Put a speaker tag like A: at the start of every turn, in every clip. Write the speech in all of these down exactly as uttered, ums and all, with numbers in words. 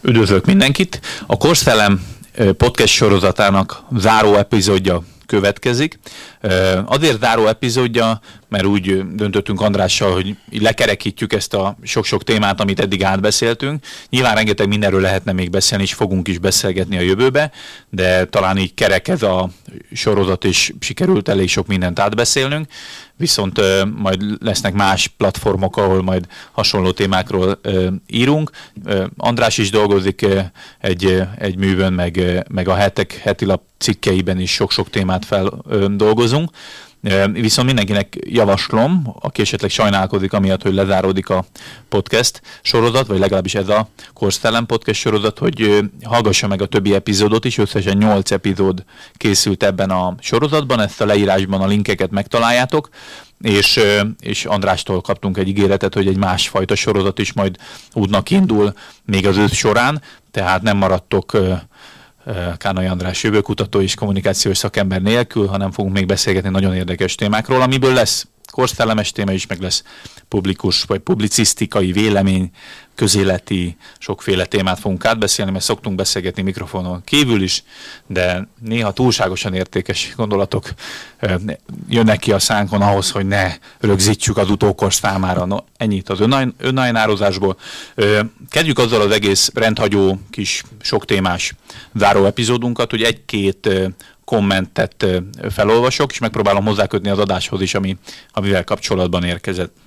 A: Üdvözlök mindenkit! A Korszellem podcast sorozatának záró epizódja következik. Azért záró epizódja, mert úgy döntöttünk Andrással, hogy lekerekítjük ezt a sok-sok témát, amit eddig átbeszéltünk. Nyilván rengeteg mindenről lehetne még beszélni, és fogunk is beszélgetni a jövőbe, de talán így kerek ez a sorozat, és sikerült elég sok mindent átbeszélnünk. Viszont uh, majd lesznek más platformok, ahol majd hasonló témákról uh, írunk. Uh, András is dolgozik uh, egy, uh, egy művön, meg, uh, meg a hetek, heti lap cikkeiben is sok-sok témát feldolgozunk. Uh, viszont mindenkinek javaslom, aki esetleg sajnálkozik amiatt, hogy lezáródik a podcast sorozat, vagy legalábbis ez a Korszellem podcast sorozat, hogy uh, hallgassa meg a többi epizódot is. Összesen nyolc epizód készült ebben a sorozatban, ezt a leírásban a linkeket megtaláljátok. És, és Andrástól kaptunk egy ígéretet, hogy egy másfajta sorozat is majd útnak indul még az ősz során, tehát nem maradtok Kánai András jövőkutató és kommunikációs szakember nélkül, hanem fogunk még beszélgetni nagyon érdekes témákról, amiből lesz korszellemes téma is, meg lesz publikus vagy publicisztikai vélemény, közéleti, sokféle témát fogunk átbeszélni, mert szoktunk beszélgetni mikrofonon kívül is, de néha túlságosan értékes gondolatok jönnek ki a szánkon ahhoz, hogy ne rögzítsük az utókor számára. No, ennyit az önajnározásból. Kezdjük azzal az egész rendhagyó kis sok témás záró epizódunkat, hogy egy-két kommentet felolvasok, és megpróbálom hozzákötni az adáshoz is, ami, amivel kapcsolatban érkezett.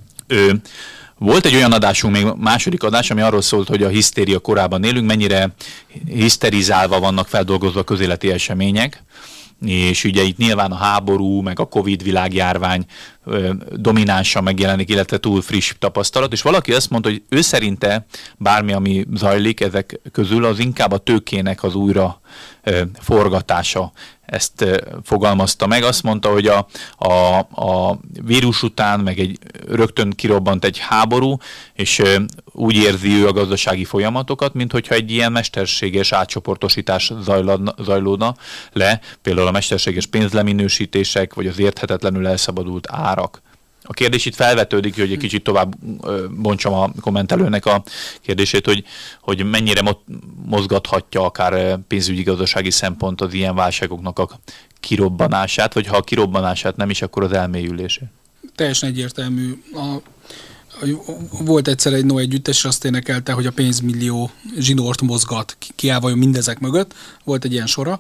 A: Volt egy olyan adásunk, még második adás, ami arról szólt, hogy a hisztéria korában élünk, mennyire hiszterizálva vannak feldolgozva közéleti események, és ugye itt nyilván a háború, meg a Covid világjárvány dominánsan megjelenik, illetve túl friss tapasztalat, és valaki azt mondta, hogy ő szerinte bármi, ami zajlik ezek közül, az inkább a tőkének az újra forgatása. Ezt fogalmazta meg. Azt mondta, hogy a, a, a vírus után meg egy rögtön kirobbant egy háború, és úgy érzi ő a gazdasági folyamatokat, mint hogyha egy ilyen mesterséges átcsoportosítás zajlodna, zajlódna le, például a mesterséges pénzleminősítések, vagy az érthetetlenül elszabadult árak. A kérdés itt felvetődik, hogy egy kicsit tovább bontsam a kommentelőnek a kérdését, hogy, hogy mennyire mozgathatja akár pénzügyi gazdasági szempont az ilyen válságoknak a kirobbanását, vagy ha a kirobbanását nem is, akkor az elmélyülését.
B: Teljesen egyértelmű. A, volt egyszer egy No együttes, és azt énekelte, hogy a pénzmillió zsinort mozgat, kiállva mindezek mögött. Volt egy ilyen sora.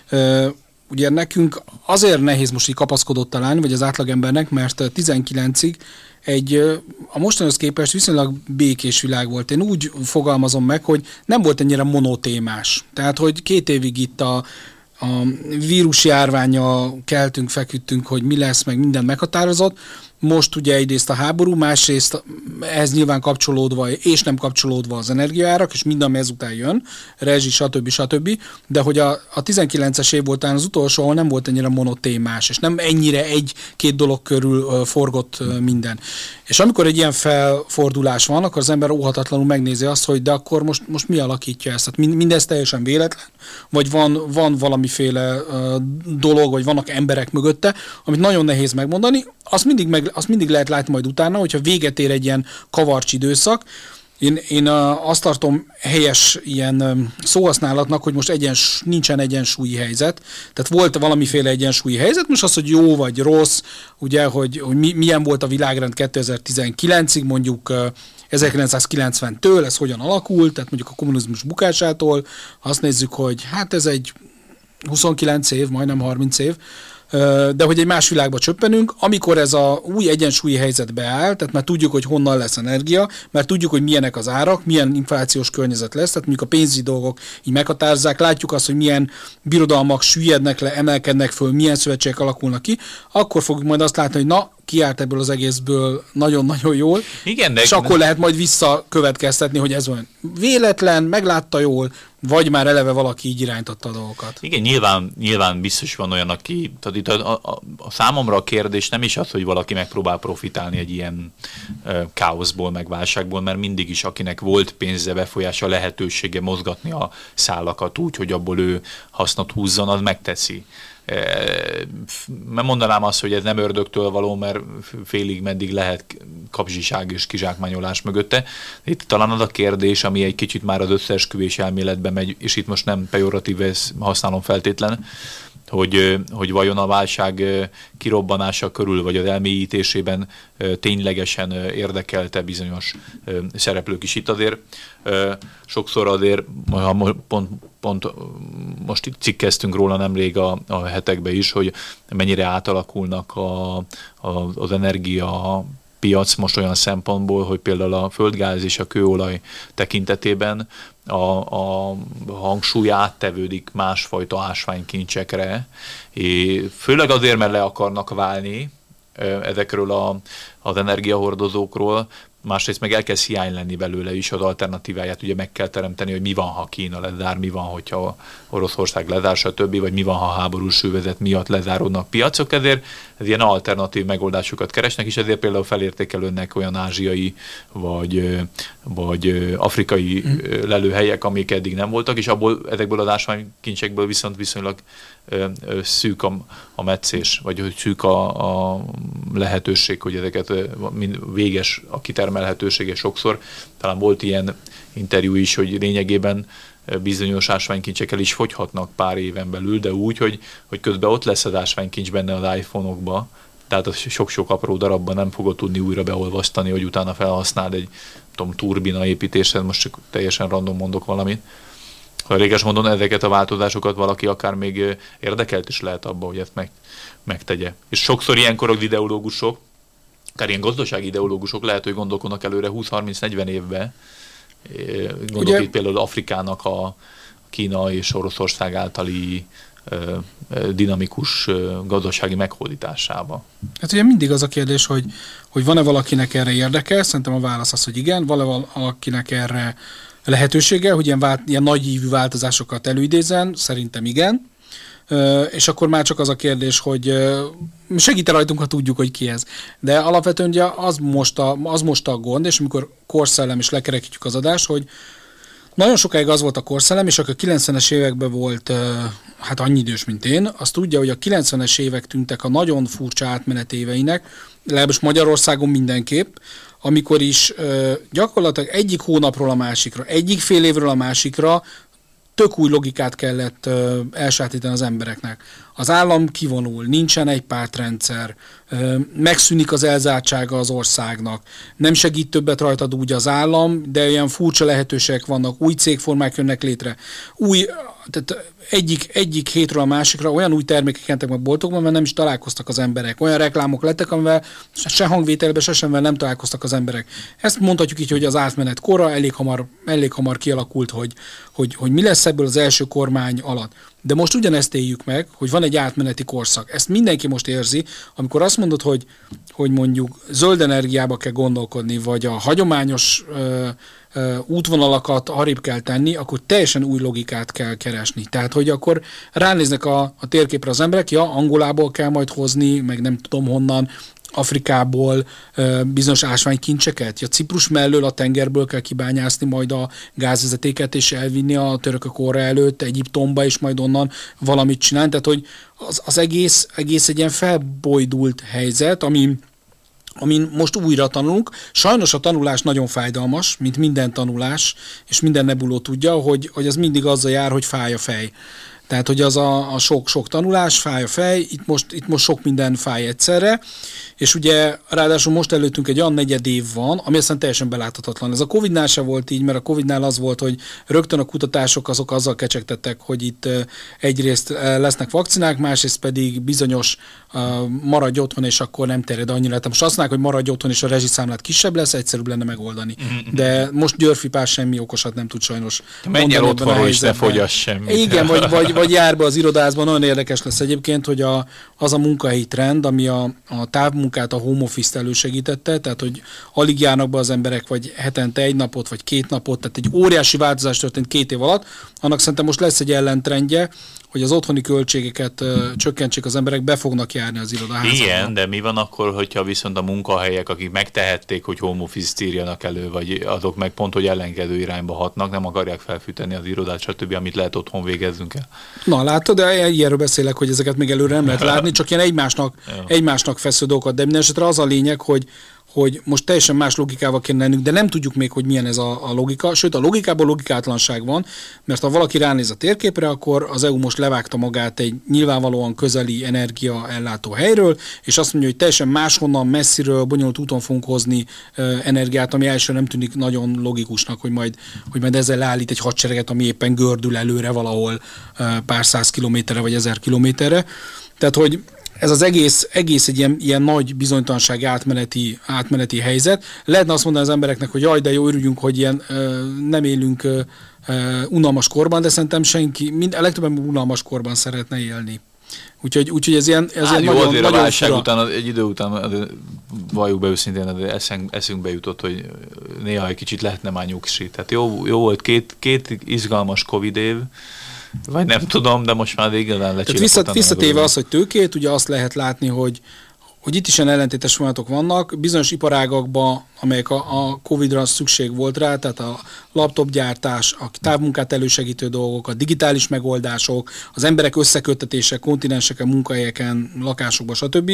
B: Ugye nekünk azért nehéz most így kapaszkodott találni, vagy az átlagembernek, mert tizenkilencig egy a mostanihoz képest viszonylag békés világ volt. Én úgy fogalmazom meg, hogy nem volt ennyire monotémás. Tehát, hogy két évig itt a, a vírusjárvánnyal keltünk, feküdtünk, hogy mi lesz, meg minden meghatározott. Most ugye egyrészt a háború, másrészt ehhez nyilván kapcsolódva és nem kapcsolódva az energiaárak, és minden, ami ezután jön, rezsi, stb. stb. De hogy a, a tizenkilences év volt az utolsó, ahol nem volt ennyire monotémás, és nem ennyire egy-két dolog körül uh, forgott uh, minden. És amikor egy ilyen felfordulás van, akkor az ember óhatatlanul megnézi azt, hogy de akkor most, most mi alakítja ezt? Tehát mindez teljesen véletlen, vagy van, van valamiféle uh, dolog, vagy vannak emberek mögötte, amit nagyon nehéz megmondani. Azt mindig, meg, azt mindig lehet látni majd utána, hogyha véget ér egy ilyen kavarcs időszak. Én, én azt tartom helyes ilyen szóhasználatnak, hogy most egyens, nincsen egyensúlyi helyzet. Tehát volt valamiféle egyensúlyi helyzet, most az, hogy jó vagy rossz, ugye, hogy, hogy mi, milyen volt a világrend kétezer-tizenkilencig, mondjuk ezerkilencszázkilencventől, ez hogyan alakult, tehát mondjuk a kommunizmus bukásától, azt nézzük, hogy hát ez egy huszonkilenc év, majdnem harminc év, de hogy egy más világba csöppenünk, amikor ez a új egyensúlyi helyzet beáll, tehát már tudjuk, hogy honnan lesz energia, mert tudjuk, hogy milyenek az árak, milyen inflációs környezet lesz, tehát mondjuk a pénzügyi dolgok így meghatározzák, látjuk azt, hogy milyen birodalmak süllyednek le, emelkednek föl, milyen szövetségek alakulnak ki, akkor fogjuk majd azt látni, hogy na, kiárt ebből az egészből nagyon-nagyon jól,
A: igen, de
B: és akkor lehet majd visszakövetkeztetni, hogy ez olyan véletlen, meglátta jól, vagy már eleve valaki így irányította a dolgokat.
A: Igen, nyilván, nyilván biztos van olyan, aki, tehát itt a, a, a számomra a kérdés nem is az, hogy valaki megpróbál profitálni egy ilyen e, káoszból, meg válságból, mert mindig is akinek volt pénze, befolyása, lehetősége mozgatni a szálakat úgy, hogy abból ő hasznot húzzon, az megteszi. nem mondanám azt, hogy ez nem ördögtől való, mert félig meddig lehet kapzsiság és kizsákmányolás mögötte. Itt talán az a kérdés, ami egy kicsit már az összeesküvés elméletbe megy, és itt most nem pejoratív, ezt használom feltétlen, hogy, hogy vajon a válság kirobbanása körül, vagy az elmélyítésében ténylegesen érdekelte bizonyos szereplők is. Itt azért sokszor azért, pont, pont most itt cikkeztünk róla nemrég a, a hetekben is, hogy mennyire átalakulnak a, a, az energia piac most olyan szempontból, hogy például a földgáz és a kőolaj tekintetében a, a hangsúly áttevődik másfajta ásványkincsekre, és főleg azért, mert le akarnak válni ezekről a, az energiahordozókról, másrészt meg elkezd hiány lenni belőle is, az alternatíváját ugye meg kell teremteni, hogy mi van, ha Kína lezár, mi van, hogyha Oroszország lezár, stb., vagy mi van, ha háborús övezet miatt lezáródnak piacok, ezért ez ilyen alternatív megoldásokat keresnek, és ezért például felértékelődnek olyan ázsiai vagy, vagy afrikai mm. lelőhelyek, amik eddig nem voltak, és abból, ezekből az ásványkincsekből viszont viszonylag szűk a, a metszés, vagy hogy szűk a, a lehetőség, hogy ezeket véges a kitermelhetősége sokszor. Talán volt ilyen interjú is, hogy lényegében bizonyos ásványkincsekkel is fogyhatnak pár éven belül, de úgy, hogy, hogy közben ott lesz az ásványkincs benne az iPhone-okba, tehát az sok-sok apró darabban nem fogod tudni újra beolvasztani, hogy utána felhasználd egy tudom, turbina építéshez, most csak teljesen random mondok valamit. Ha réges mondom, ezeket a változásokat valaki akár még érdekelt is lehet abba, hogy ezt meg, megtegye. És sokszor ilyenkor az ideológusok, akár ilyen gazdasági ideológusok lehet, hogy gondolkodnak előre húsz-harminc-negyven évbe. Gondolok ugye, itt például Afrikának a Kína és Oroszország általi ö, ö, dinamikus ö, gazdasági meghódításába.
B: Hát ugye mindig az a kérdés, hogy, hogy van-e valakinek erre érdeke, szerintem a válasz az, hogy igen, van-e valakinek erre lehetősége, hogy ilyen, vált, ilyen nagyívű változásokat előidézen, szerintem igen. Uh, és akkor már csak az a kérdés, hogy uh, segít rajtunk, ha tudjuk, hogy ki ez. De alapvetően ugye az most a, az most a gond, és amikor korszellem, és lekerekítjük az adást, hogy nagyon sokáig az volt a korszellem, és aki a kilencvenes években volt uh, hát annyi idős, mint én, azt tudja, hogy a kilencvenes évek tűntek a nagyon furcsa átmenetéveinek, legalábbis Magyarországon mindenképp, amikor is uh, gyakorlatilag egyik hónapról a másikra, egyik fél évről a másikra tök új logikát kellett uh, elsátítani az embereknek. Az állam kivonul, nincsen egy pártrendszer, uh, megszűnik az elzártsága az országnak, nem segít többet rajtad úgy az állam, de olyan furcsa lehetőségek vannak, új cégformák jönnek létre. Új, tehát egyik, egyik hétről a másikra olyan új termékek jelentek meg boltokban, mert nem is találkoztak az emberek. Olyan reklámok lettek, amivel se hangvételben, se semmivel nem találkoztak az emberek. Ezt mondhatjuk így, hogy az átmenet kora elég hamar, elég hamar kialakult, hogy, hogy, hogy mi lesz ebből az első kormány alatt. De most ugyanezt éljük meg, hogy van egy átmeneti korszak. Ezt mindenki most érzi, amikor azt mondod, hogy, hogy mondjuk zöld energiába kell gondolkodni, vagy a hagyományos ö, ö, útvonalakat arrébb kell tenni, akkor teljesen új logikát kell keresni. Tehát, hogy akkor ránéznek a, a térképre az emberek, ja, Angolából kell majd hozni, meg nem tudom honnan, Afrikából uh, bizonyos ásványkincseket, ja, Ciprus mellől a tengerből kell kibányászni majd a gázvezetéket és elvinni a törökök orra előtt Egyiptomba, és majd onnan valamit csinálni. Tehát, hogy az, az egész, egész egy ilyen felbojdult helyzet, ami amin most újra tanulunk. Sajnos a tanulás nagyon fájdalmas, mint minden tanulás, és minden nebuló tudja, hogy, hogy az mindig azzal jár, hogy fáj a fej. Tehát, hogy az a, a sok-sok tanulás, fáj a fej, itt most, itt most sok minden fáj egyszerre, és ugye ráadásul most előttünk egy olyan negyed év van, ami aztán teljesen beláthatatlan. Ez a Covidnál se volt így, mert a Covidnál az volt, hogy rögtön a kutatások azok azzal kecsegtettek, hogy itt egyrészt lesznek vakcinák, másrészt pedig bizonyos uh, maradj otthon, és akkor nem terjed annyira. Tehát most azt mondják, hogy maradj otthon, és a rezsiszámlát kisebb lesz, egyszerűbb lenne megoldani. Mm-hmm. De most Györfi Pál semmi okosat nem tud sajnos
A: mondani. Menj el otthonról, és ne fogyass semmit.
B: Igen, vagy, vagy, vagy jár be az irodázban. Nagyon érdekes lesz egyébként, hogy a, az a munkahelyi trend, ami a, a távmunkát, a home office-t elősegítette, tehát hogy alig járnak be az emberek, vagy hetente egy napot, vagy két napot, tehát egy óriási változás történt két év alatt, annak szerintem most lesz egy ellentrendje, hogy az otthoni költségeket uh, csökkentsék az emberek, be fognak járni az irodaházakba.
A: Igen, de mi van akkor, hogyha viszont a munkahelyek, akik megtehették, hogy home office-t írjanak elő, vagy azok meg pont, hogy ellenkező irányba hatnak, nem akarják felfűteni az irodát, stb., amit lehet otthon végezzünk el.
B: Na látod, de ilyenről beszélek, hogy ezeket még előre nem lehet látni, csak ilyen egymásnak, egymásnak fesző dolgokat, de minden esetre az a lényeg, hogy hogy most teljesen más logikával kéne lennünk, de nem tudjuk még, hogy milyen ez a, a logika. Sőt, a logikában logikátlanság van, mert ha valaki ránéz a térképre, akkor az é u most levágta magát egy nyilvánvalóan közeli energiaellátó helyről, és azt mondja, hogy teljesen máshonnan, messziről, bonyolult úton fogunk hozni uh, energiát, ami első nem tűnik nagyon logikusnak, hogy majd, hogy majd ezzel leállít egy hadsereget, ami éppen gördül előre valahol uh, pár száz kilométerre vagy ezer kilométerre. Tehát, hogy ez az egész, egész egy ilyen, ilyen nagy bizonytalansági átmeneti, átmeneti helyzet. Lehetne azt mondani az embereknek, hogy jaj, de jó, örüljünk, hogy ilyen ö, nem élünk ö, ö, unalmas korban, de szerintem senki, mind, a legtöbben unalmas korban szeretne élni. Úgyhogy, úgyhogy ez ilyen, ez
A: hát
B: ilyen
A: jó,
B: nagyon,
A: azért
B: nagyon
A: a válság
B: fura.
A: után, egy idő után, valljuk be őszintén, eszünk, eszünkbe jutott, hogy néha egy kicsit lehetne már nyugsi. Tehát jó, jó volt két, két izgalmas Covid év, vagy nem tudom, de most már igazán lecsillapodtam.
B: Visszatéve az, hogy tőkét, ugye azt lehet látni, hogy, hogy itt is ilyen ellentétes folyamatok vannak. Bizonyos iparágakban, amelyek a, a Covid-ra szükség volt rá, tehát a laptopgyártás, a távmunkát elősegítő dolgok, a digitális megoldások, az emberek összeköttetése kontinenseken, munkahelyeken, lakásokban, stb.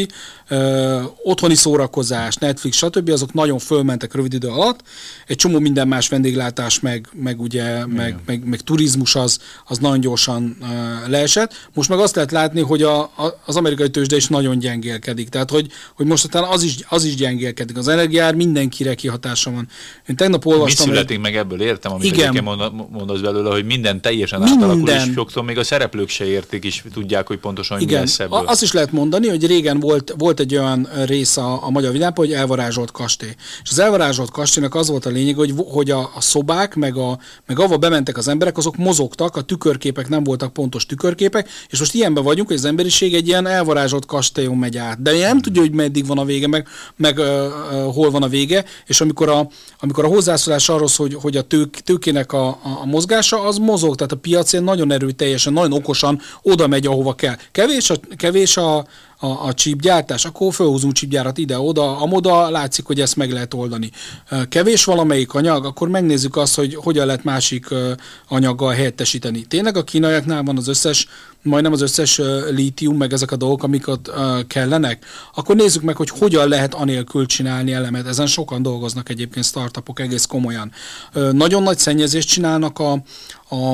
B: Ö, otthoni szórakozás, Netflix, stb. Azok nagyon fölmentek rövid idő alatt. Egy csomó minden más vendéglátás, meg, meg, ugye, meg, meg, meg turizmus az, az nagyon gyorsan ö, leesett. Most meg azt lehet látni, hogy a, a, az amerikai tőzsde is nagyon gyengélkedik. Tehát, hogy, hogy most utána az is, az is gyengélkedik. Az energiár mindenkire kihatása van. Én tegnap olvastam...
A: Mi születik egy... meg ebből, értem, amit egyébként mondasz belőle, hogy minden teljesen
B: minden.
A: átalakul, és sokszor még a szereplők se értik, és tudják, hogy pontosan, hogy mi lesz ebből.
B: Azt is lehet mondani, hogy régen volt, volt egy olyan rész a, a magyar világban, hogy elvarázsolt kastély. És az elvarázsolt kastélynak az volt a lényeg, hogy, hogy a, a szobák, meg, a, meg ahova bementek az emberek, azok mozogtak, a tükörképek nem voltak pontos tükörképek, és most ilyenben vagyunk, hogy az emberiség egy ilyen elvarázsolt kastélyon megy át. De nem tudja, hogy meddig van a vége, meg, meg uh, uh, hol van a vége, és amikor a, amikor a hozzászólás arról, hogy, hogy a tők, tőkének a, a, a mozgása, az mozog, tehát a piacén nagyon erőteljesen, nagyon okosan oda megy, ahova kell. Kevés a, kevés a, a, a csípgyártás, akkor felhúzunk csípgyárat ide-oda, amoda, látszik, hogy ezt meg lehet oldani. Kevés valamelyik anyag, akkor megnézzük azt, hogy hogyan lehet másik anyaggal helyettesíteni. Tényleg a kínaiaknál van az összes, majdnem az összes lítium, meg ezek a dolgok, amik ott kellenek, akkor nézzük meg, hogy hogyan lehet anélkül csinálni elemet. Ezen sokan dolgoznak egyébként startupok egész komolyan. Nagyon nagy szennyezést csinálnak a, a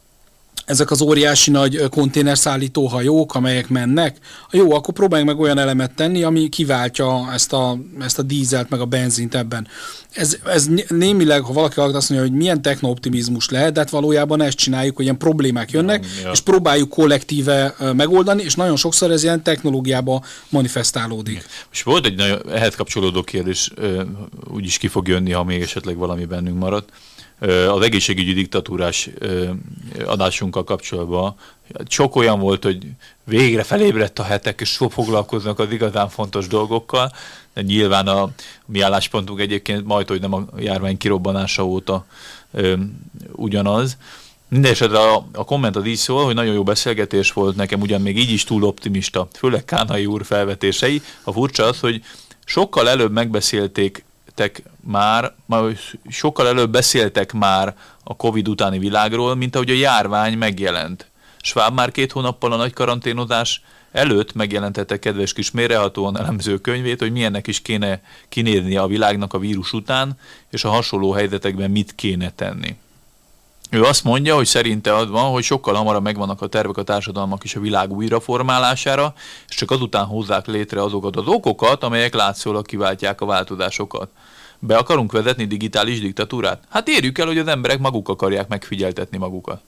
B: ezek az óriási nagy konténerszállító hajók, amelyek mennek. Jó, akkor próbáljunk meg olyan elemet tenni, ami kiváltja ezt a, ezt a dízelt, meg a benzint ebben. Ez, ez némileg, ha valaki azt mondja, hogy milyen technooptimizmus lehet, de hát valójában ezt csináljuk, hogy ilyen problémák jönnek, ja, és próbáljuk kollektíve megoldani, és nagyon sokszor ez ilyen technológiába manifestálódik.
A: És volt egy nagyon ehhez kapcsolódó kérdés, úgyis ki fog jönni, ha még esetleg valami bennünk maradt. Az egészségügyi diktatúrás adásunkkal kapcsolatban sok olyan volt, hogy végre felébredt a hetek, és foglalkoznak az igazán fontos dolgokkal, de nyilván a mi álláspontunk egyébként majd, hogy nem a járvány kirobbanása óta ö, ugyanaz. Mindenesetre a, a komment az így szól, hogy nagyon jó beszélgetés volt, nekem ugyan még így is túl optimista, főleg Kánai úr felvetései. A furcsa az, hogy sokkal előbb megbeszélték már, már sokkal előbb beszéltek már a Covid utáni világról, mint ahogy a járvány megjelent. Schwab már két hónappal a nagy karanténozás előtt megjelentette kedves kis mélyrehatóan elemző könyvét, hogy milyennek is kéne kinéznie a világnak a vírus után, és a hasonló helyzetekben mit kéne tenni. Ő azt mondja, hogy szerinte az van, hogy sokkal hamarabb megvannak a tervek a társadalmak és a világ újraformálására, és csak azután hozzák létre azokat az okokat, amelyek látszólag kiváltják a változásokat. Be akarunk vezetni digitális diktatúrát? Hát érjük el, hogy az emberek maguk akarják megfigyeltetni magukat.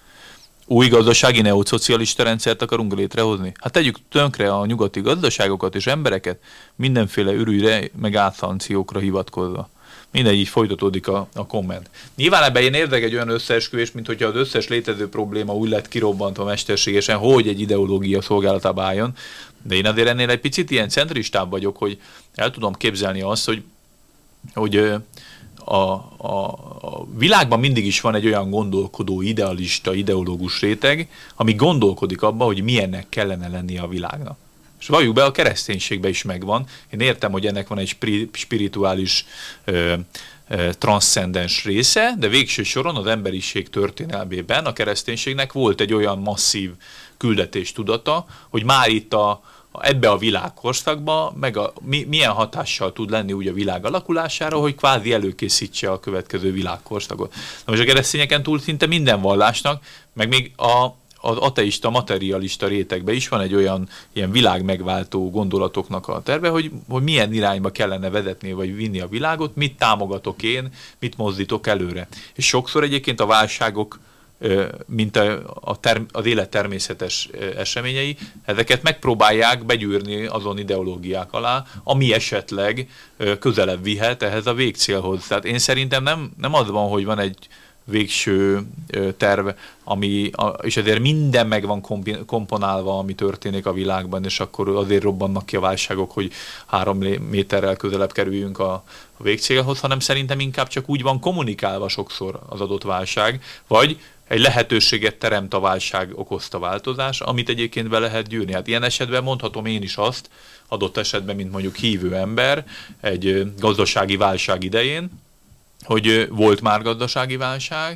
A: Új gazdasági neoszocialista rendszert akarunk létrehozni? Hát tegyük tönkre a nyugati gazdaságokat és embereket mindenféle ürügyre, meg átszankciókra hivatkozva. Mindegy, így folytatódik a, a komment. Nyilván ebben én érdek egy olyan összeesküvés, mint hogyha az összes létező probléma úgy lett kirobbantva mesterségesen, hogy egy ideológia szolgálatába álljon. De én azért ennél egy picit ilyen centristább vagyok, hogy el tudom képzelni azt, hogy, hogy a, a, a világban mindig is van egy olyan gondolkodó, idealista, ideológus réteg, ami gondolkodik abban, hogy milyennek kellene lennie a világnak. És valljuk be, a kereszténységben is megvan. Én értem, hogy ennek van egy spirituális, ö, ö, transzcendens része, de végső soron az emberiség történelmében a kereszténységnek volt egy olyan masszív küldetés tudata, hogy már itt a ebbe a világkorszakba, meg a, mi, milyen hatással tud lenni úgy a világ alakulására, hogy kvázi előkészítse a következő világkorszakot. Na most a keresztényeken túl szinte minden vallásnak, meg még a, az ateista, materialista rétegben is van egy olyan ilyen világmegváltó gondolatoknak a terve, hogy, hogy milyen irányba kellene vezetni, vagy vinni a világot, mit támogatok én, mit mozdítok előre. És sokszor egyébként a válságok, mint a, a term, az élet természetes eseményei, ezeket megpróbálják begyűrni azon ideológiák alá, ami esetleg közelebb vihet ehhez a végcélhoz. Tehát én szerintem nem, nem az van, hogy van egy végső terv, ami, és ezért minden meg van komponálva, ami történik a világban, és akkor azért robbannak ki a válságok, hogy három méterrel közelebb kerüljünk a, a végcélhoz, hanem szerintem inkább csak úgy van kommunikálva sokszor az adott válság, vagy egy lehetőséget teremt a válság okozta változás, amit egyébként be lehet gyűrni. Hát ilyen esetben mondhatom én is azt, adott esetben, mint mondjuk hívő ember, egy gazdasági válság idején, hogy volt már gazdasági válság,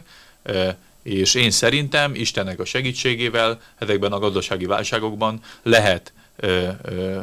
A: és én szerintem Istennek a segítségével ezekben a gazdasági válságokban lehet Ö, ö,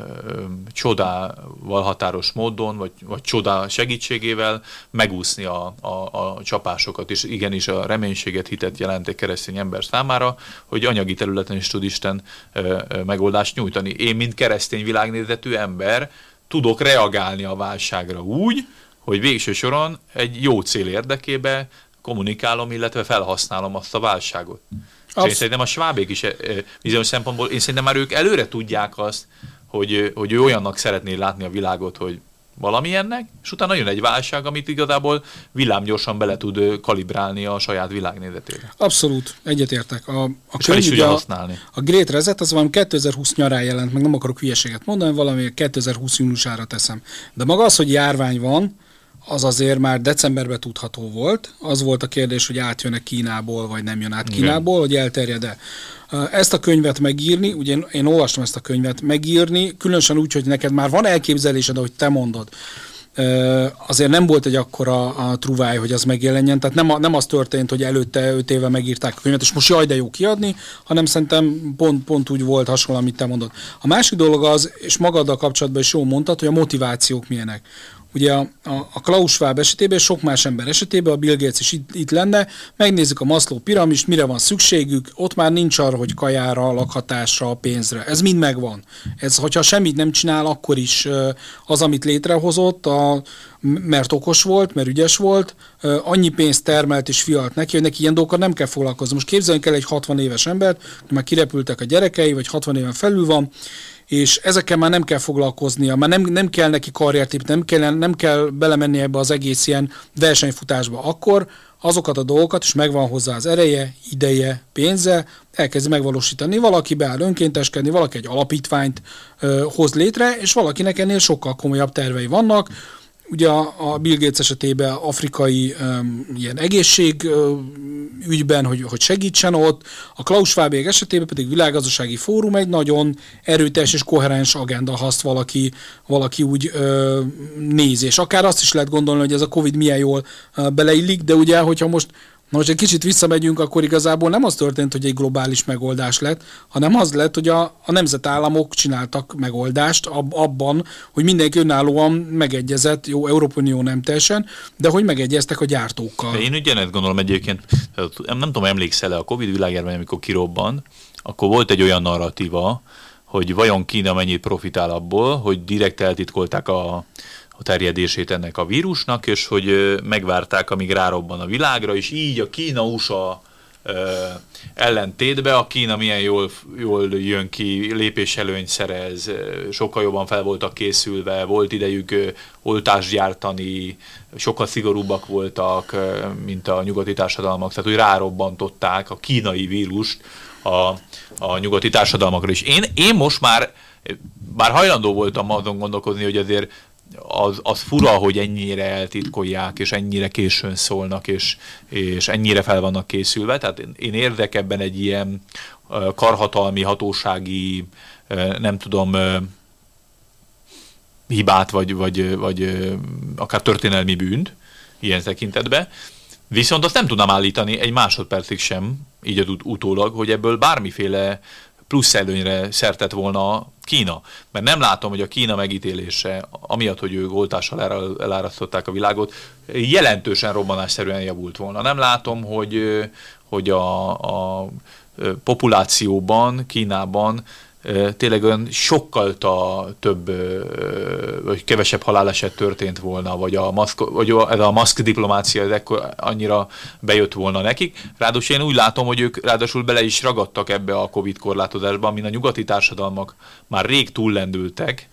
A: csodával határos módon, vagy, vagy csodá segítségével megúszni a, a, a csapásokat, és igenis a reménységet, hitet jelent egy keresztény ember számára, hogy anyagi területen is tud Isten ö, ö, megoldást nyújtani. Én, mint keresztény világnézetű ember, tudok reagálni a válságra úgy, hogy végső soron egy jó cél érdekében kommunikálom, illetve felhasználom azt a válságot. És én szerintem a svábék is bizonyos szempontból, én szerintem már ők előre tudják azt, hogy, hogy ő olyannak szeretné látni a világot, hogy valamilyennek, és utána jön egy válság, amit igazából villámgyorsan bele tud kalibrálni a saját világnézetébe.
B: Abszolút, egyetértek. A, a
A: és fel is tudja használni.
B: A Great Reset az valami kétezer-húsz nyarán jelent, meg nem akarok hülyeséget mondani, valami kétezer-húsz júniusára teszem. De maga az, hogy járvány van, az azért már decemberben tudható volt. Az volt a kérdés, hogy átjön-e Kínából, vagy nem jön át Kínából, igen, hogy elterjed-e. Ezt a könyvet megírni, ugye én, én olvastam ezt a könyvet, megírni, különösen úgy, hogy neked már van elképzelésed, ahogy te mondod, azért nem volt egy akkora a truváj, hogy az megjelenjen, tehát nem, a, nem az történt, hogy előtte öt éve megírták a könyvet, és most jaj, de jó kiadni, hanem szerintem pont, pont úgy volt hasonló, amit te mondod. A másik dolog az, és magaddal kapcsolatban is jól mondtad, hogy a motivációk milyenek. Ugye a, a, a Klaus Schwab esetében, sok más ember esetében, a Bill Gates is itt, itt lenne, megnézzük a Maslow piramist, mire van szükségük, ott már nincs arra, hogy kajára, lakhatásra, pénzre. Ez mind megvan. Ez, hogyha semmit nem csinál, akkor is az, amit létrehozott, a, mert okos volt, mert ügyes volt, annyi pénzt termelt és fialt neki, hogy neki ilyen dolgokkal nem kell foglalkozni. Most képzeljünk el egy hatvan éves embert, már kirepültek a gyerekei, vagy hatvan éven felül van, és ezekkel már nem kell foglalkoznia, már nem, nem kell neki karriert építeni, nem kell, nem kell belemenni ebbe az egész ilyen versenyfutásba. Akkor azokat a dolgokat, és megvan hozzá az ereje, ideje, pénze, elkezdi megvalósítani. Valaki beáll önkénteskedni, valaki egy alapítványt ö, hoz létre, és valakinek ennél sokkal komolyabb tervei vannak. Ugye a, a Bill Gates esetében afrikai um, ilyen egészség um, ügyben, hogy, hogy segítsen ott, a Klaus Schwabék esetében pedig világgazdasági fórum egy nagyon erőteljes és koherens agenda, ha azt valaki, valaki úgy uh, nézi. És akár azt is lehet gondolni, hogy ez a Covid milyen jól uh, beleillik, de ugye, hogyha most Na most egy kicsit visszamegyünk, akkor igazából nem az történt, hogy egy globális megoldás lett, hanem az lett, hogy a, a nemzetállamok csináltak megoldást ab, abban, hogy mindenki önállóan megegyezett, jó, Európai Unió nem teljesen, de hogy megegyeztek a gyártókkal.
A: Én ugyanezt gondolom egyébként, nem tudom, emlékszel-e a Covid világjárvány, amikor kirobban, akkor volt egy olyan narratíva, hogy vajon Kína mennyit profitál abból, hogy direkt eltitkolták a a terjedését ennek a vírusnak, és hogy megvárták, amíg rárobban a világra, és így a Kína-u es á ellentétbe, a Kína milyen jól, jól jön ki, lépéselőnyt szerez, sokkal jobban fel voltak készülve, volt idejük oltást gyártani, sokkal szigorúbbak voltak, mint a nyugati társadalmak, tehát hogy rárobbantották a kínai vírust a, a nyugati társadalmakra is. Én, én most már, bár hajlandó voltam azon gondolkozni, hogy azért az, az fura, hogy ennyire eltitkolják, és ennyire későn szólnak, és, és ennyire fel vannak készülve. Tehát én érdek ebben egy ilyen karhatalmi, hatósági, nem tudom, hibát, vagy, vagy, vagy akár történelmi bűnt ilyen tekintetben. Viszont azt nem tudnám állítani egy másodpercig sem, így az ut- utólag, hogy ebből bármiféle plusz előnyre szertett volna Kína. Mert nem látom, hogy a Kína megítélése, amiatt, hogy ők oltással elárasztották a világot, jelentősen robbanásszerűen javult volna. Nem látom, hogy, hogy a, a populációban, Kínában tényleg olyan sokkal több, vagy kevesebb haláleset történt volna, vagy a maszk, vagy ez a maszk diplomácia ez ekkor annyira bejött volna nekik. Ráadásul én úgy látom, hogy ők ráadásul bele is ragadtak ebbe a Covid korlátozásba, amin a nyugati társadalmak már rég túllendültek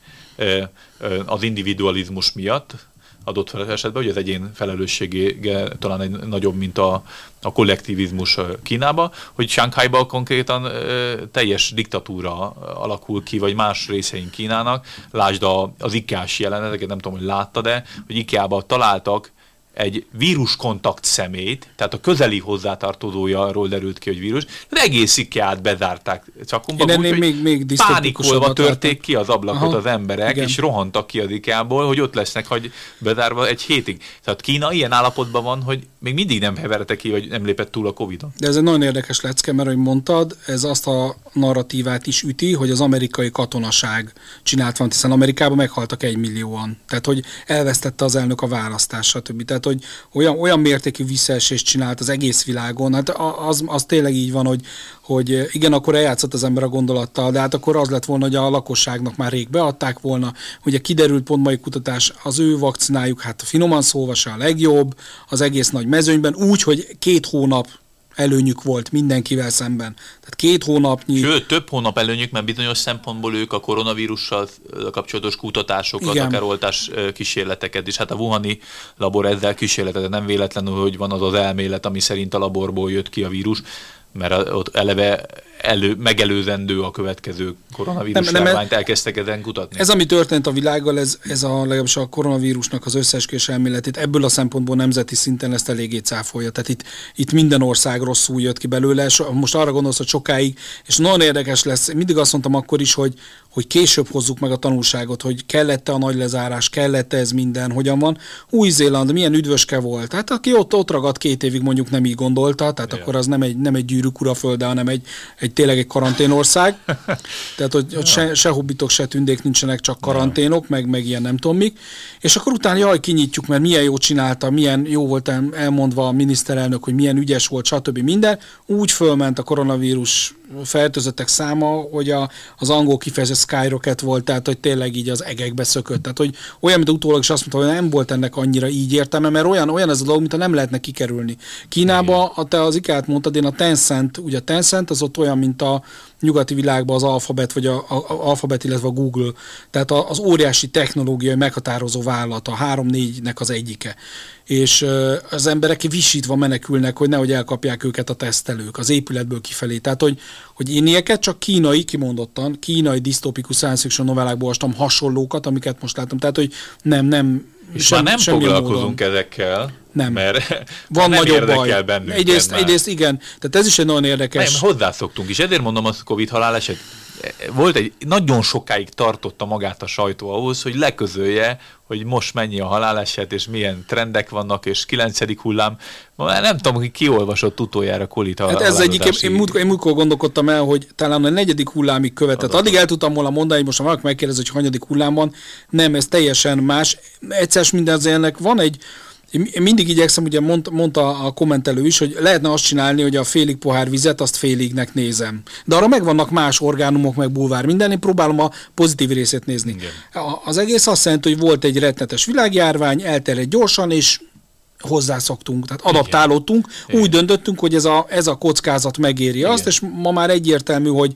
A: az individualizmus miatt, adott esetben, hogy az egyén felelőssége talán egy nagyobb, mint a, a kollektivizmus Kínában, hogy Shanghaiban konkrétan ö, teljes diktatúra alakul ki, vagy más részein Kínának. Lásd a, az IKEA-s jeleneteket, nem tudom, hogy láttad-e, hogy IKEA-ban találtak egy víruskontakt szemét, tehát a közeli hozzátartozójáról derült ki, hogy vírus, az egész IKEA-t bezárták Csakumba, úgy, még, még pánikolva törték ki az ablakot Aha, az emberek, igen. és rohantak ki az IKEA-ból, hogy ott lesznek hogy bezárva egy hétig. Tehát Kína ilyen állapotban van, hogy még mindig nem heverte ki, vagy nem lépett túl a Covid-on.
B: De ez egy nagyon érdekes lecke, mert ahogy mondtad, ez azt a narratívát is üti, hogy az amerikai katonaság csinált van, hiszen Amerikában meghaltak egymillióan. Tehát, hogy elvesztette az elnök a választást, stb. Tehát, hogy olyan, olyan mértékű visszaesést csinált az egész világon. Hát az, az tényleg így van, hogy, hogy igen, akkor eljátszott az ember a gondolattal, de hát akkor az lett volna, hogy a lakosságnak már rég beadták volna. Ugye kiderült pont mai kutatás, az ő vakcinájuk, hát finoman szólva se a legjobb, az egész nagy mezőnyben, úgy, hogy két hónap előnyük volt mindenkivel szemben. Tehát két hónapnyi...
A: Sőt, több hónap előnyük, mert bizonyos szempontból ők a koronavírussal kapcsolatos kutatásokat, Igen. akár oltás kísérleteket is. Hát a Wuhani labor ezzel kísérletet, nem véletlenül, hogy van az az elmélet, ami szerint a laborból jött ki a vírus, mert ott eleve elő, megelőzendő a következő koronavírus járványt, elkezdtek ezen kutatni.
B: Ez, ami történt a világgal, ez, ez a, legalábbis a koronavírusnak az összeesküvés elméletét ebből a szempontból nemzeti szinten ezt eléggé cáfolja. Tehát itt, itt minden ország rosszul jött ki belőle. Most arra gondolsz, hogy sokáig, és nagyon érdekes lesz, mindig azt mondtam akkor is, hogy, hogy később hozzuk meg a tanulságot, hogy kellett-e a nagy lezárás, kellett-e ez minden, hogyan van. Új-Zéland milyen üdvöske volt. Tehát aki ott, ott ragadt két évig mondjuk nem így gondolta, tehát ja. akkor az nem egy, nem egy gyűrűk urafölde, hanem egy, egy tényleg egy karanténország. Tehát, hogy, hogy se, se hobbitok, se tündék nincsenek, csak karanténok, meg, meg ilyen nem tudom mik. És akkor utána jaj, kinyitjuk, mert milyen jó csinálta, milyen jó volt elmondva a miniszterelnök, hogy milyen ügyes volt, stb. Minden. Úgy fölment a koronavírus fertőzöttek száma, hogy a, az angol kifejezés skyrocket volt, tehát hogy tényleg így az egekbe szökött. Tehát, hogy olyan, mint utólag is azt mondta, hogy nem volt ennek annyira így értelme, mert olyan, olyan ez a dolog, mintha nem lehetne kikerülni. Kínában, a, te az ikát mondtad, én a Tencent, ugye a Tencent az ott olyan, mint a nyugati világban az Alphabet, vagy a, a, a Alphabet, illetve a Google. Tehát az óriási technológiai meghatározó vállalat, a három-négynek az egyike. És az emberek visítva menekülnek, hogy nehogy elkapják őket a tesztelők az épületből kifelé. Tehát, hogy, hogy én ilyeket csak kínai, kimondottan, kínai disztópikus science fiction novellákból olvastam hasonlókat, amiket most láttam. Tehát, hogy nem, nem...
A: És sem, már nem foglalkozunk módon. Ezekkel,
B: nem.
A: mert
B: van
A: nem
B: nagyobb baj.
A: Egyrészt,
B: egyrészt igen, tehát ez is egy nagyon érdekes.
A: Nem, hozzászoktunk is, ezért mondom, az Covid haláleset. Volt egy, nagyon sokáig tartotta magát a sajtó ahhoz, hogy leközölje, hogy most mennyi a haláleset, és milyen trendek vannak, és kilencedik hullám. Már nem tudom, hogy kiolvasott utoljára Covid
B: haláleset. Hát ez egyik, én, én múltkor gondolkodtam el, hogy talán a negyedik hullámig követett. Addig el tudtam volna mondani, hogy most ha valaki megkérdez, hogy hanyadik hullám van. Nem, ez teljesen más. Egyszer minden az ennek van egy. Én mindig igyekszem, ugye mond, mondta a kommentelő is, hogy lehetne azt csinálni, hogy a félig pohár vizet, azt félignek nézem. De arra megvannak más orgánumok, meg bulvár minden, én próbálom a pozitív részét nézni. Igen. Az egész azt jelenti, hogy volt egy rettenetes világjárvány, elterjedt gyorsan, és hozzászoktunk, tehát adaptálódtunk, Igen. úgy döntöttünk, hogy ez a, ez a kockázat megéri Igen. azt, és ma már egyértelmű, hogy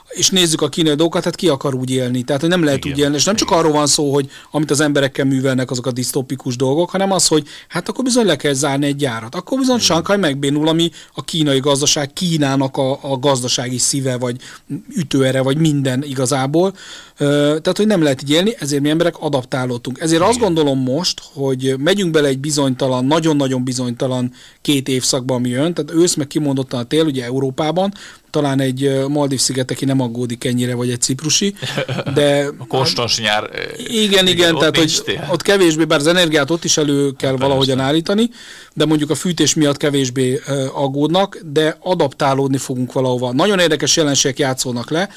B: és nézzük a kínai dolgokat, tehát ki akar úgy élni. Tehát, hogy nem lehet igen, úgy élni. És nem csak igen. arról van szó, hogy amit az emberekkel művelnek, azok a disztópikus dolgok, hanem az, hogy hát akkor bizony le kell zárni egy gyárat. Akkor bizony Sanghaj megbénul, ami a kínai gazdaság, Kínának a, a gazdasági szíve, vagy ütőere, vagy minden igazából. Tehát, hogy nem lehet így élni, ezért mi emberek adaptálódtunk. Ezért igen. azt gondolom most, hogy megyünk bele egy bizonytalan, nagyon-nagyon bizonytalan két évszakba, ami jön. Tehát ősz meg kimondottan a tél, ugye Európában, talán egy Maldív-szigeteki nem aggódik ennyire, vagy egy ciprusi, de...
A: A konstans nyár...
B: Igen, igen, tehát hogy tél. Ott kevésbé, bár az energiát ott is elő kell hát valahogyan állítani, de mondjuk a fűtés miatt kevésbé aggódnak, de adaptálódni fogunk valahova. Nagyon érdekes jelenségek játszódnak le.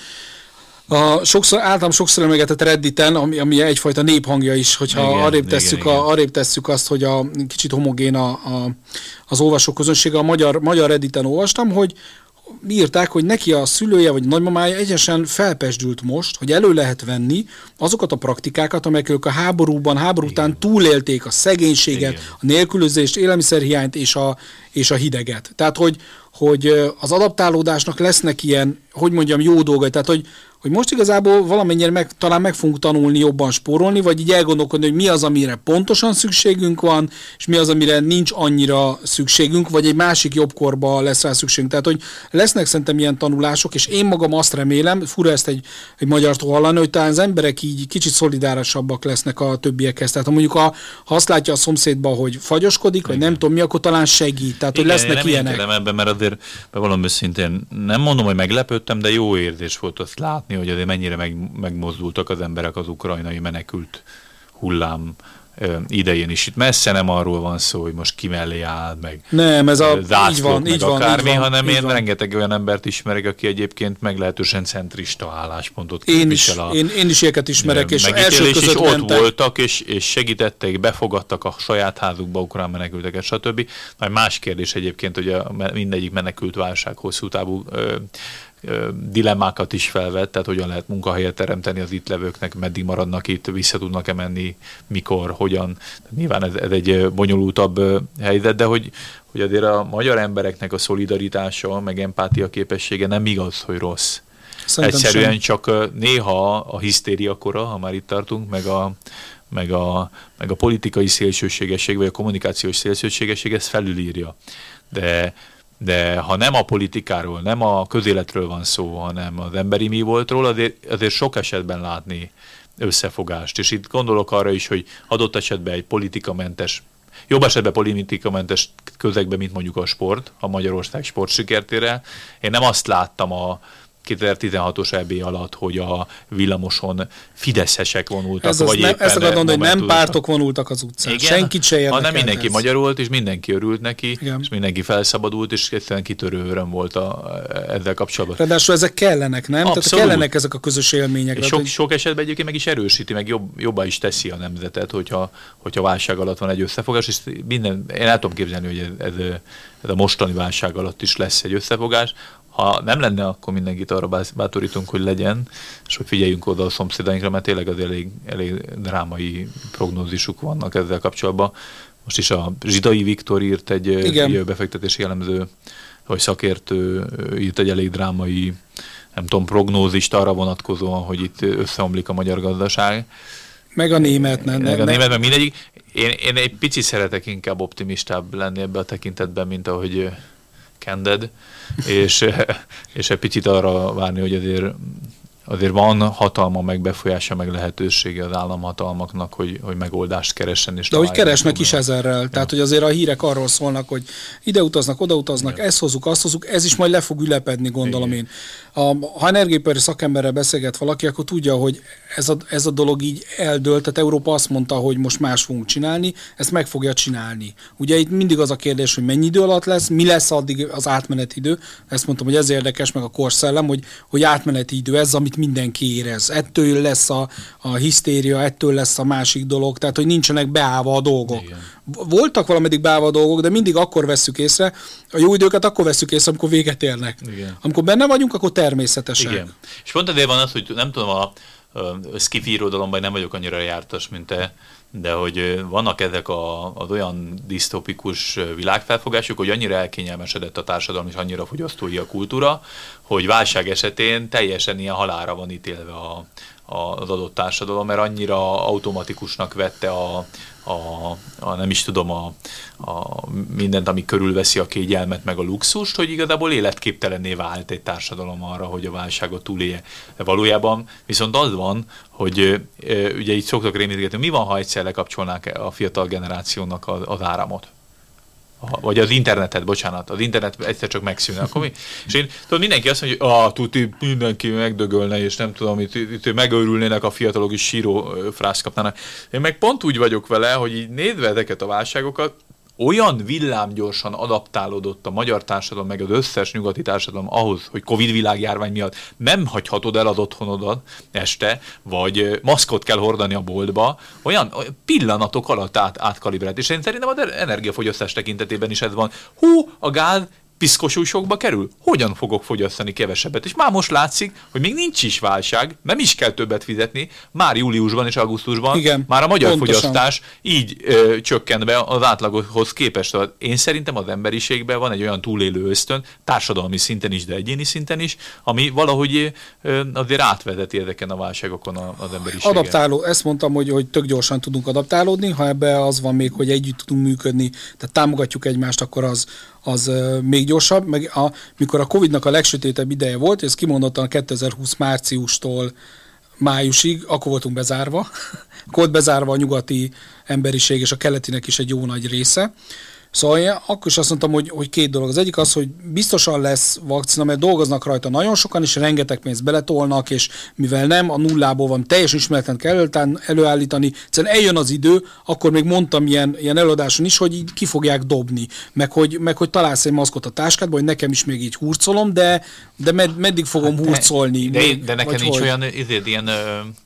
B: A sokszor, általában sokszor emlegetett Redditen, ami, ami egyfajta néphangja is, hogyha igen, arrébb, tesszük igen, a, arrébb tesszük azt, hogy a kicsit homogén a, a, az olvasóközönsége. A magyar, magyar Redditen olvastam, hogy írták, hogy neki a szülője vagy nagymamája egyesen felpesdült most, hogy elő lehet venni azokat a praktikákat, amelyek a háborúban, háború után igen. túlélték a szegénységet, igen. a nélkülözést, élelmiszerhiányt és a, és a hideget. Tehát, hogy, hogy az adaptálódásnak lesznek ilyen, hogy mondjam, jó dolgai. Tehát, hogy hogy most igazából valamennyire meg, talán meg fogunk tanulni jobban spórolni, vagy így elgondolkodni, hogy mi az, amire pontosan szükségünk van, és mi az, amire nincs annyira szükségünk, vagy egy másik jobb korba lesz rá szükségünk. Tehát, hogy lesznek szerintem ilyen tanulások, és én magam azt remélem, fura ezt egy, egy magyartól hallani, hogy talán az emberek így kicsit szolidárisabbak lesznek a többiekhez. Tehát, ha mondjuk a, ha azt látja a szomszédba, hogy fagyoskodik, vagy nem tudom mi, akkor talán segít. Tehát, igen, hogy lesznek
A: én
B: ilyenek.
A: Nem ebben, mert azért valami szintén nem mondom, hogy meglepődtem, de jó érzés volt azt látni, hogy azért mennyire meg, megmozdultak az emberek az ukrajnai menekült hullám ö, idején is. Itt messze nem arról van szó, hogy most ki mellé áll, meg
B: nem, ez a,
A: zászlók,
B: így van,
A: meg
B: így
A: akármi,
B: van,
A: hanem
B: így
A: én
B: van.
A: rengeteg olyan embert ismerek, aki egyébként meglehetősen centrista álláspontot
B: én is,
A: képvisel. A,
B: én, én is ilyeket ismerek, és
A: elsők között
B: is ott
A: mentek. voltak, és, és segítették, befogadtak a saját házukba ukrán menekülteket, stb. Majd más kérdés egyébként, hogy a, mindegyik menekült válság hosszú távú ö, dilemmákat is felvett, tehát hogyan lehet munkahelyet teremteni az itt levőknek, meddig maradnak itt, vissza tudnak-e menni, mikor, hogyan. Nyilván ez, ez egy bonyolultabb helyzet, de hogy, hogy azért a magyar embereknek a szolidaritása, meg empátia képessége nem igaz, hogy rossz. Szerintem egyszerűen sem. Csak néha a hisztéria kora, ha már itt tartunk, meg a, meg a, meg a politikai szélsőségesség, vagy a kommunikációs szélsőségesség ezt felülírja. De De ha nem a politikáról, nem a közéletről van szó, hanem az emberi mi voltról, azért, azért sok esetben látni összefogást. És itt gondolok arra is, hogy adott esetben egy politikamentes, jobb esetben politikamentes közegben, mint mondjuk a sport, a Magyarország sportsikert ér el. Én nem azt láttam a kétezer-tizenhatos é bé alatt, hogy a villamoson fideszesek vonultak,
B: ez
A: vagy
B: nem,
A: éppen...
B: Ezt akarod mondani, hogy nem pártok vonultak az utcán. Igen, senkit se érdekel.
A: Hanem mindenki
B: ez.
A: magyar volt, és mindenki örült neki,
B: igen.
A: és mindenki felszabadult, és egyszerűen kitörő öröm volt a, ezzel kapcsolatban.
B: Ráadásul ezek kellenek, nem?
A: Abszolút.
B: Tehát kellenek ezek a közös élmények.
A: És sok, hogy... sok esetben egyébként meg is erősíti, meg jobb, jobbá is teszi a nemzetet, hogyha, hogyha válság alatt van egy összefogás, és minden, én el tudom képzelni, hogy ez, ez, ez a mostani válság alatt is lesz egy összefogás. Ha nem lenne, akkor mindenkit arra bátorítunk, hogy legyen, és hogy figyeljünk oda a szomszédainkra, mert tényleg az elég, elég drámai prognózisuk vannak ezzel kapcsolatban. Most is a Zsidai Viktor írt egy igen. befektetési elemző, vagy szakértő írt egy elég drámai, nem tudom, prognózist arra vonatkozóan, hogy itt összeomlik a magyar gazdaság.
B: Meg a német, nem?
A: Meg
B: nem,
A: a német, meg mindegyik. Én, én egy picit szeretek inkább optimistább lenni ebbe a tekintetben, mint ahogy Candid, és, és egy picit arra várni, hogy azért, azért van hatalma, meg befolyása, meg lehetősége az államhatalmaknak, hogy, hogy megoldást keressen. És
B: de hogy keresnek is ezerrel. Ja. Tehát, hogy azért a hírek arról szólnak, hogy ide utaznak, oda utaznak, ja. ezt hozzuk, azt hozzuk, ez is majd le fog ülepedni, gondolom igen. én. A, ha energiaipari szakemberrel beszélget valaki, akkor tudja, hogy ez a, ez a dolog így eldőlt, tehát Európa azt mondta, hogy most más fogunk csinálni, ezt meg fogja csinálni. Ugye itt mindig az a kérdés, hogy mennyi idő alatt lesz, mi lesz addig az átmeneti idő. Ezt mondtam, hogy ez érdekes, meg a korszellem, hogy, hogy átmeneti idő ez, amit mindenki érez. Ettől lesz a, a hisztéria, ettől lesz a másik dolog, tehát hogy nincsenek beállva a dolgok. Igen. Voltak valameddig beállva a dolgok, de mindig akkor vesszük észre, a jó időket akkor vesszük észre, amikor véget érnek.
A: Igen.
B: Amikor benne vagyunk, akkor természetesen.
A: Igen. És pont azért van az, hogy nem tudom, a sci-fi irodalomban nem vagyok annyira jártas, mint te, de hogy vannak ezek a, az olyan disztopikus világfelfogások, hogy annyira elkényelmesedett a társadalom, és annyira fogyasztói a kultúra, hogy válság esetén teljesen ilyen halálra van ítélve a, a, az adott társadalom, mert annyira automatikusnak vette a, a, a nem is tudom, a, a mindent, ami körülveszi a kényelmet, meg a luxust, hogy igazából életképtelenné vált egy társadalom arra, hogy a válságot túlélje. De valójában viszont az van, hogy ugye itt szoktak rémítgetni, mi van, ha egyszer lekapcsolnák a fiatal generációnak az, az áramot? Vagy az internetet, bocsánat, az internet egyszer csak megszűnne, akkor mi? És én tudom, mindenki azt mondja, hogy ah, tuti, mindenki megdögölne, és nem tudom, itt, itt megőrülnének a fiatalok, is síró frászt kapnának. Én meg pont úgy vagyok vele, hogy így nézve ezeket a válságokat, olyan villámgyorsan adaptálódott a magyar társadalom, meg az összes nyugati társadalom ahhoz, hogy Covid világjárvány miatt nem hagyhatod el az otthonodat este, vagy maszkot kell hordani a boltba, olyan pillanatok alatt át, átkalibrált. És én szerintem az energiafogyasztás tekintetében is ez van. Hú, a gáz piszkosul sokba kerül? Hogyan fogok fogyasztani kevesebbet? És már most látszik, hogy még nincs is válság, nem is kell többet fizetni, már júliusban és augusztusban
B: igen,
A: már a magyar
B: pontosan.
A: fogyasztás így ö, csökkent be az átlaghoz képest. Én szerintem az emberiségben van egy olyan túlélő ösztön, társadalmi szinten is, de egyéni szinten is, ami valahogy ö, azért átvezeti ezeken a válságokon az emberiséget.
B: Adaptáló, ezt mondtam, hogy, hogy tök gyorsan tudunk adaptálódni, ha ebbe az van még, hogy együtt tudunk működni, tehát támogatjuk egymást, akkor az az uh, még gyorsabb, meg a, mikor a Covidnak a legsötétebb ideje volt, ez kimondottan kétezer-húsz márciustól májusig, akkor voltunk bezárva, akkor volt bezárva a nyugati emberiség, és a keletinek is egy jó nagy része. Szóval én akkor is azt mondtam, hogy, hogy két dolog. Az egyik az, hogy biztosan lesz vakcina, mert dolgoznak rajta nagyon sokan, és rengeteg pénzt beletolnak, és mivel nem, a nullából van teljesen ismeretlen kell előállítani, egyszerűen eljön az idő, akkor még mondtam ilyen, ilyen előadáson is, hogy így ki fogják dobni, meg hogy, meg hogy találsz egy maszkot a táskádba, hogy nekem is még így hurcolom, de, de med, meddig fogom hát hurcolni.
A: De,
B: még,
A: de nekem nincs
B: hogy?
A: olyan izéd, ilyen... Ö...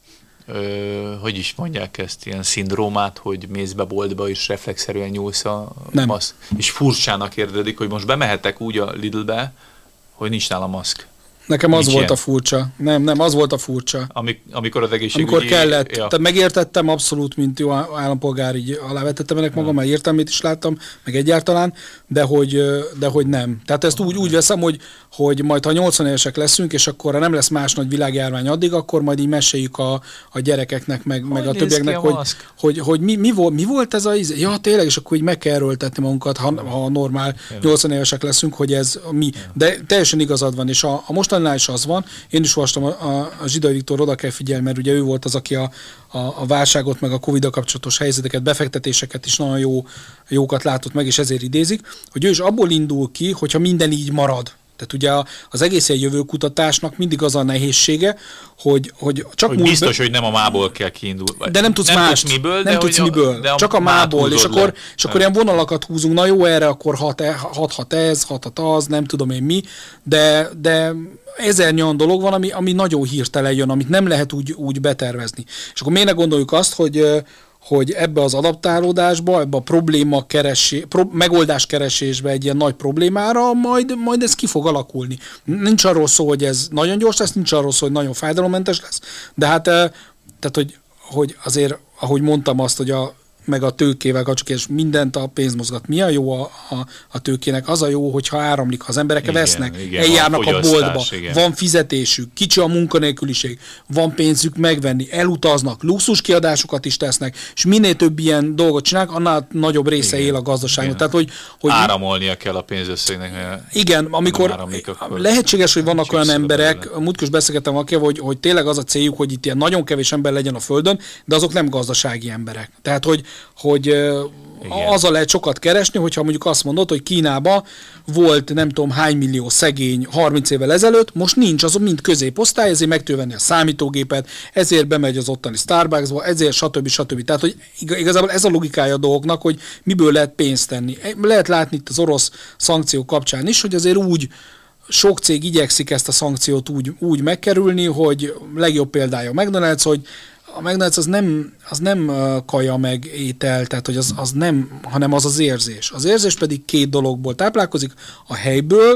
A: Ö, hogy is mondják ezt, ilyen szindrómát, hogy mész be boltba és reflexzerűen nyúlsz a maszk. És furcsának érződik, hogy most bemehetek úgy a Lidlbe, hogy nincs nála maszk.
B: Nekem az
A: nincs
B: volt
A: ilyen.
B: a furcsa. Nem, nem, az volt a furcsa.
A: Amik, amikor az egészségügyi...
B: Amikor kellett.
A: Ja.
B: Tehát megértettem abszolút, mint jó állampolgár, így alávetettem ennek magam, mert értelmét is láttam, meg egyáltalán, de hogy, de hogy nem. Tehát ezt úgy, úgy veszem, hogy, hogy majd ha nyolcvan évesek leszünk, és akkor ha nem lesz más nagy világjárvány addig, akkor majd így meséljük a, a gyerekeknek, meg, meg a többieknek, hogy, hogy, hogy mi, mi, volt, mi volt ez a íz? Ja, tényleg, és akkor így meg kell erőltetni magunkat, ha, ha normál nyolcvan évesek leszünk, hogy ez mi. De teljesen igazad van, és a, a mostaninál is az van. Én is olvastam, a, a, a Zsidai Viktor oda kell figyelni, mert ugye ő volt az, aki a, a, a válságot, meg a Covid-dal kapcsolatos helyzeteket, befektetéseket is nagyon jó, jókat látott meg, és ezért idézik, hogy ő is abból indul ki, hogyha minden így marad. Tehát ugye az egész egy jövőkutatásnak mindig az a nehézsége, hogy, hogy csak
A: hogy biztos, be... hogy nem a mából kell kiindulni.
B: De nem tudsz
A: nem
B: mást.
A: Tudsz miből,
B: nem
A: de
B: tudsz
A: hogy
B: miből. A, de a csak a mából. És akkor, és akkor ilyen vonalakat húzunk. Na jó, erre akkor hat, hat, hat ez, hat, hat az, nem tudom én mi. De, de ezernyi dolog van, ami, ami nagyon hirtelen jön, amit nem lehet úgy, úgy betervezni. És akkor miért ne gondoljuk azt, hogy hogy ebbe az adaptálódásba, ebbe a probléma keresé, pro, megoldás keresésbe egy ilyen nagy problémára, majd, majd ez ki fog alakulni. Nincs arról szó, hogy ez nagyon gyors lesz, nincs arról szó, hogy nagyon fájdalommentes lesz, de hát tehát, hogy, hogy azért, ahogy mondtam azt, hogy a meg a tőkével kapcsolatban, és mindent a pénz mozgat. Mi a jó a, a, a tőkének? Az a jó, hogyha áramlik, ha az emberek igen, vesznek, igen, eljárnak a, a boltba, igen. Van fizetésük, kicsi a munkanélküliség, van pénzük megvenni, elutaznak, luxuskiadásokat is tesznek, és minél több ilyen dolgot csinálnak, annál nagyobb része igen, él a gazdaságnak. Tehát, hogy, hogy
A: áramolnia kell a pénzösszegnek.
B: Igen, amikor áramlik, lehetséges, hogy vannak olyan emberek, múltkor beszélgettem valakivel, hogy, hogy tényleg az a céljuk, hogy itt ilyen nagyon kevés ember legyen a földön, de azok nem gazdasági emberek. Tehát, hogy hogy igen. azzal lehet sokat keresni, hogyha mondjuk azt mondod, hogy Kínában volt nem tudom hány millió szegény harminc évvel ezelőtt, most nincs, azok mind középosztály, ezért meg tudja venni a számítógépet, ezért bemegy az ottani Starbucksba, ezért stb. stb. Tehát, hogy igazából ez a logikája a dolgoknak, hogy miből lehet pénzt tenni. Lehet látni itt az orosz szankció kapcsán is, hogy azért úgy sok cég igyekszik ezt a szankciót úgy, úgy megkerülni, hogy legjobb példája a McDonald's, hogy a McDonald's az nem, az nem kaja meg étel, tehát hogy az, az nem, hanem az az érzés. Az érzés pedig két dologból táplálkozik, a helyből,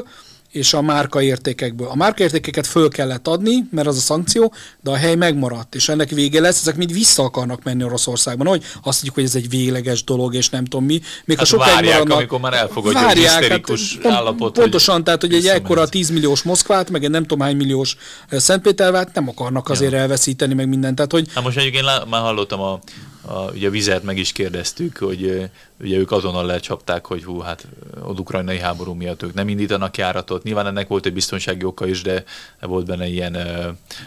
B: és a márkaértékekből. A márkaértékeket föl kellett adni, mert az a szankció, de a hely megmaradt, és ennek vége lesz, ezek mind vissza akarnak menni Oroszországban, hogy azt mondjuk, hogy ez egy végleges dolog, és nem tudom mi. Még
A: hát
B: ha
A: várják,
B: maradnak,
A: amikor már elfogadja az hiszterikus hát, állapot.
B: Pontosan, tehát, hogy egy ekkora tízmilliós Moszkvát, meg egy nem tudom hány milliós Szentpétervárt nem akarnak azért ja. elveszíteni, meg mindent. Tehát, hogy...
A: Hát most egyébként már hallottam a A, ugye a Vizet meg is kérdeztük, hogy ugye ők azonnal lecsapták, hogy hú, hát az ukrajnai háború miatt ők nem indítanak járatot. Nyilván ennek volt egy biztonsági oka is, de volt benne ilyen ö,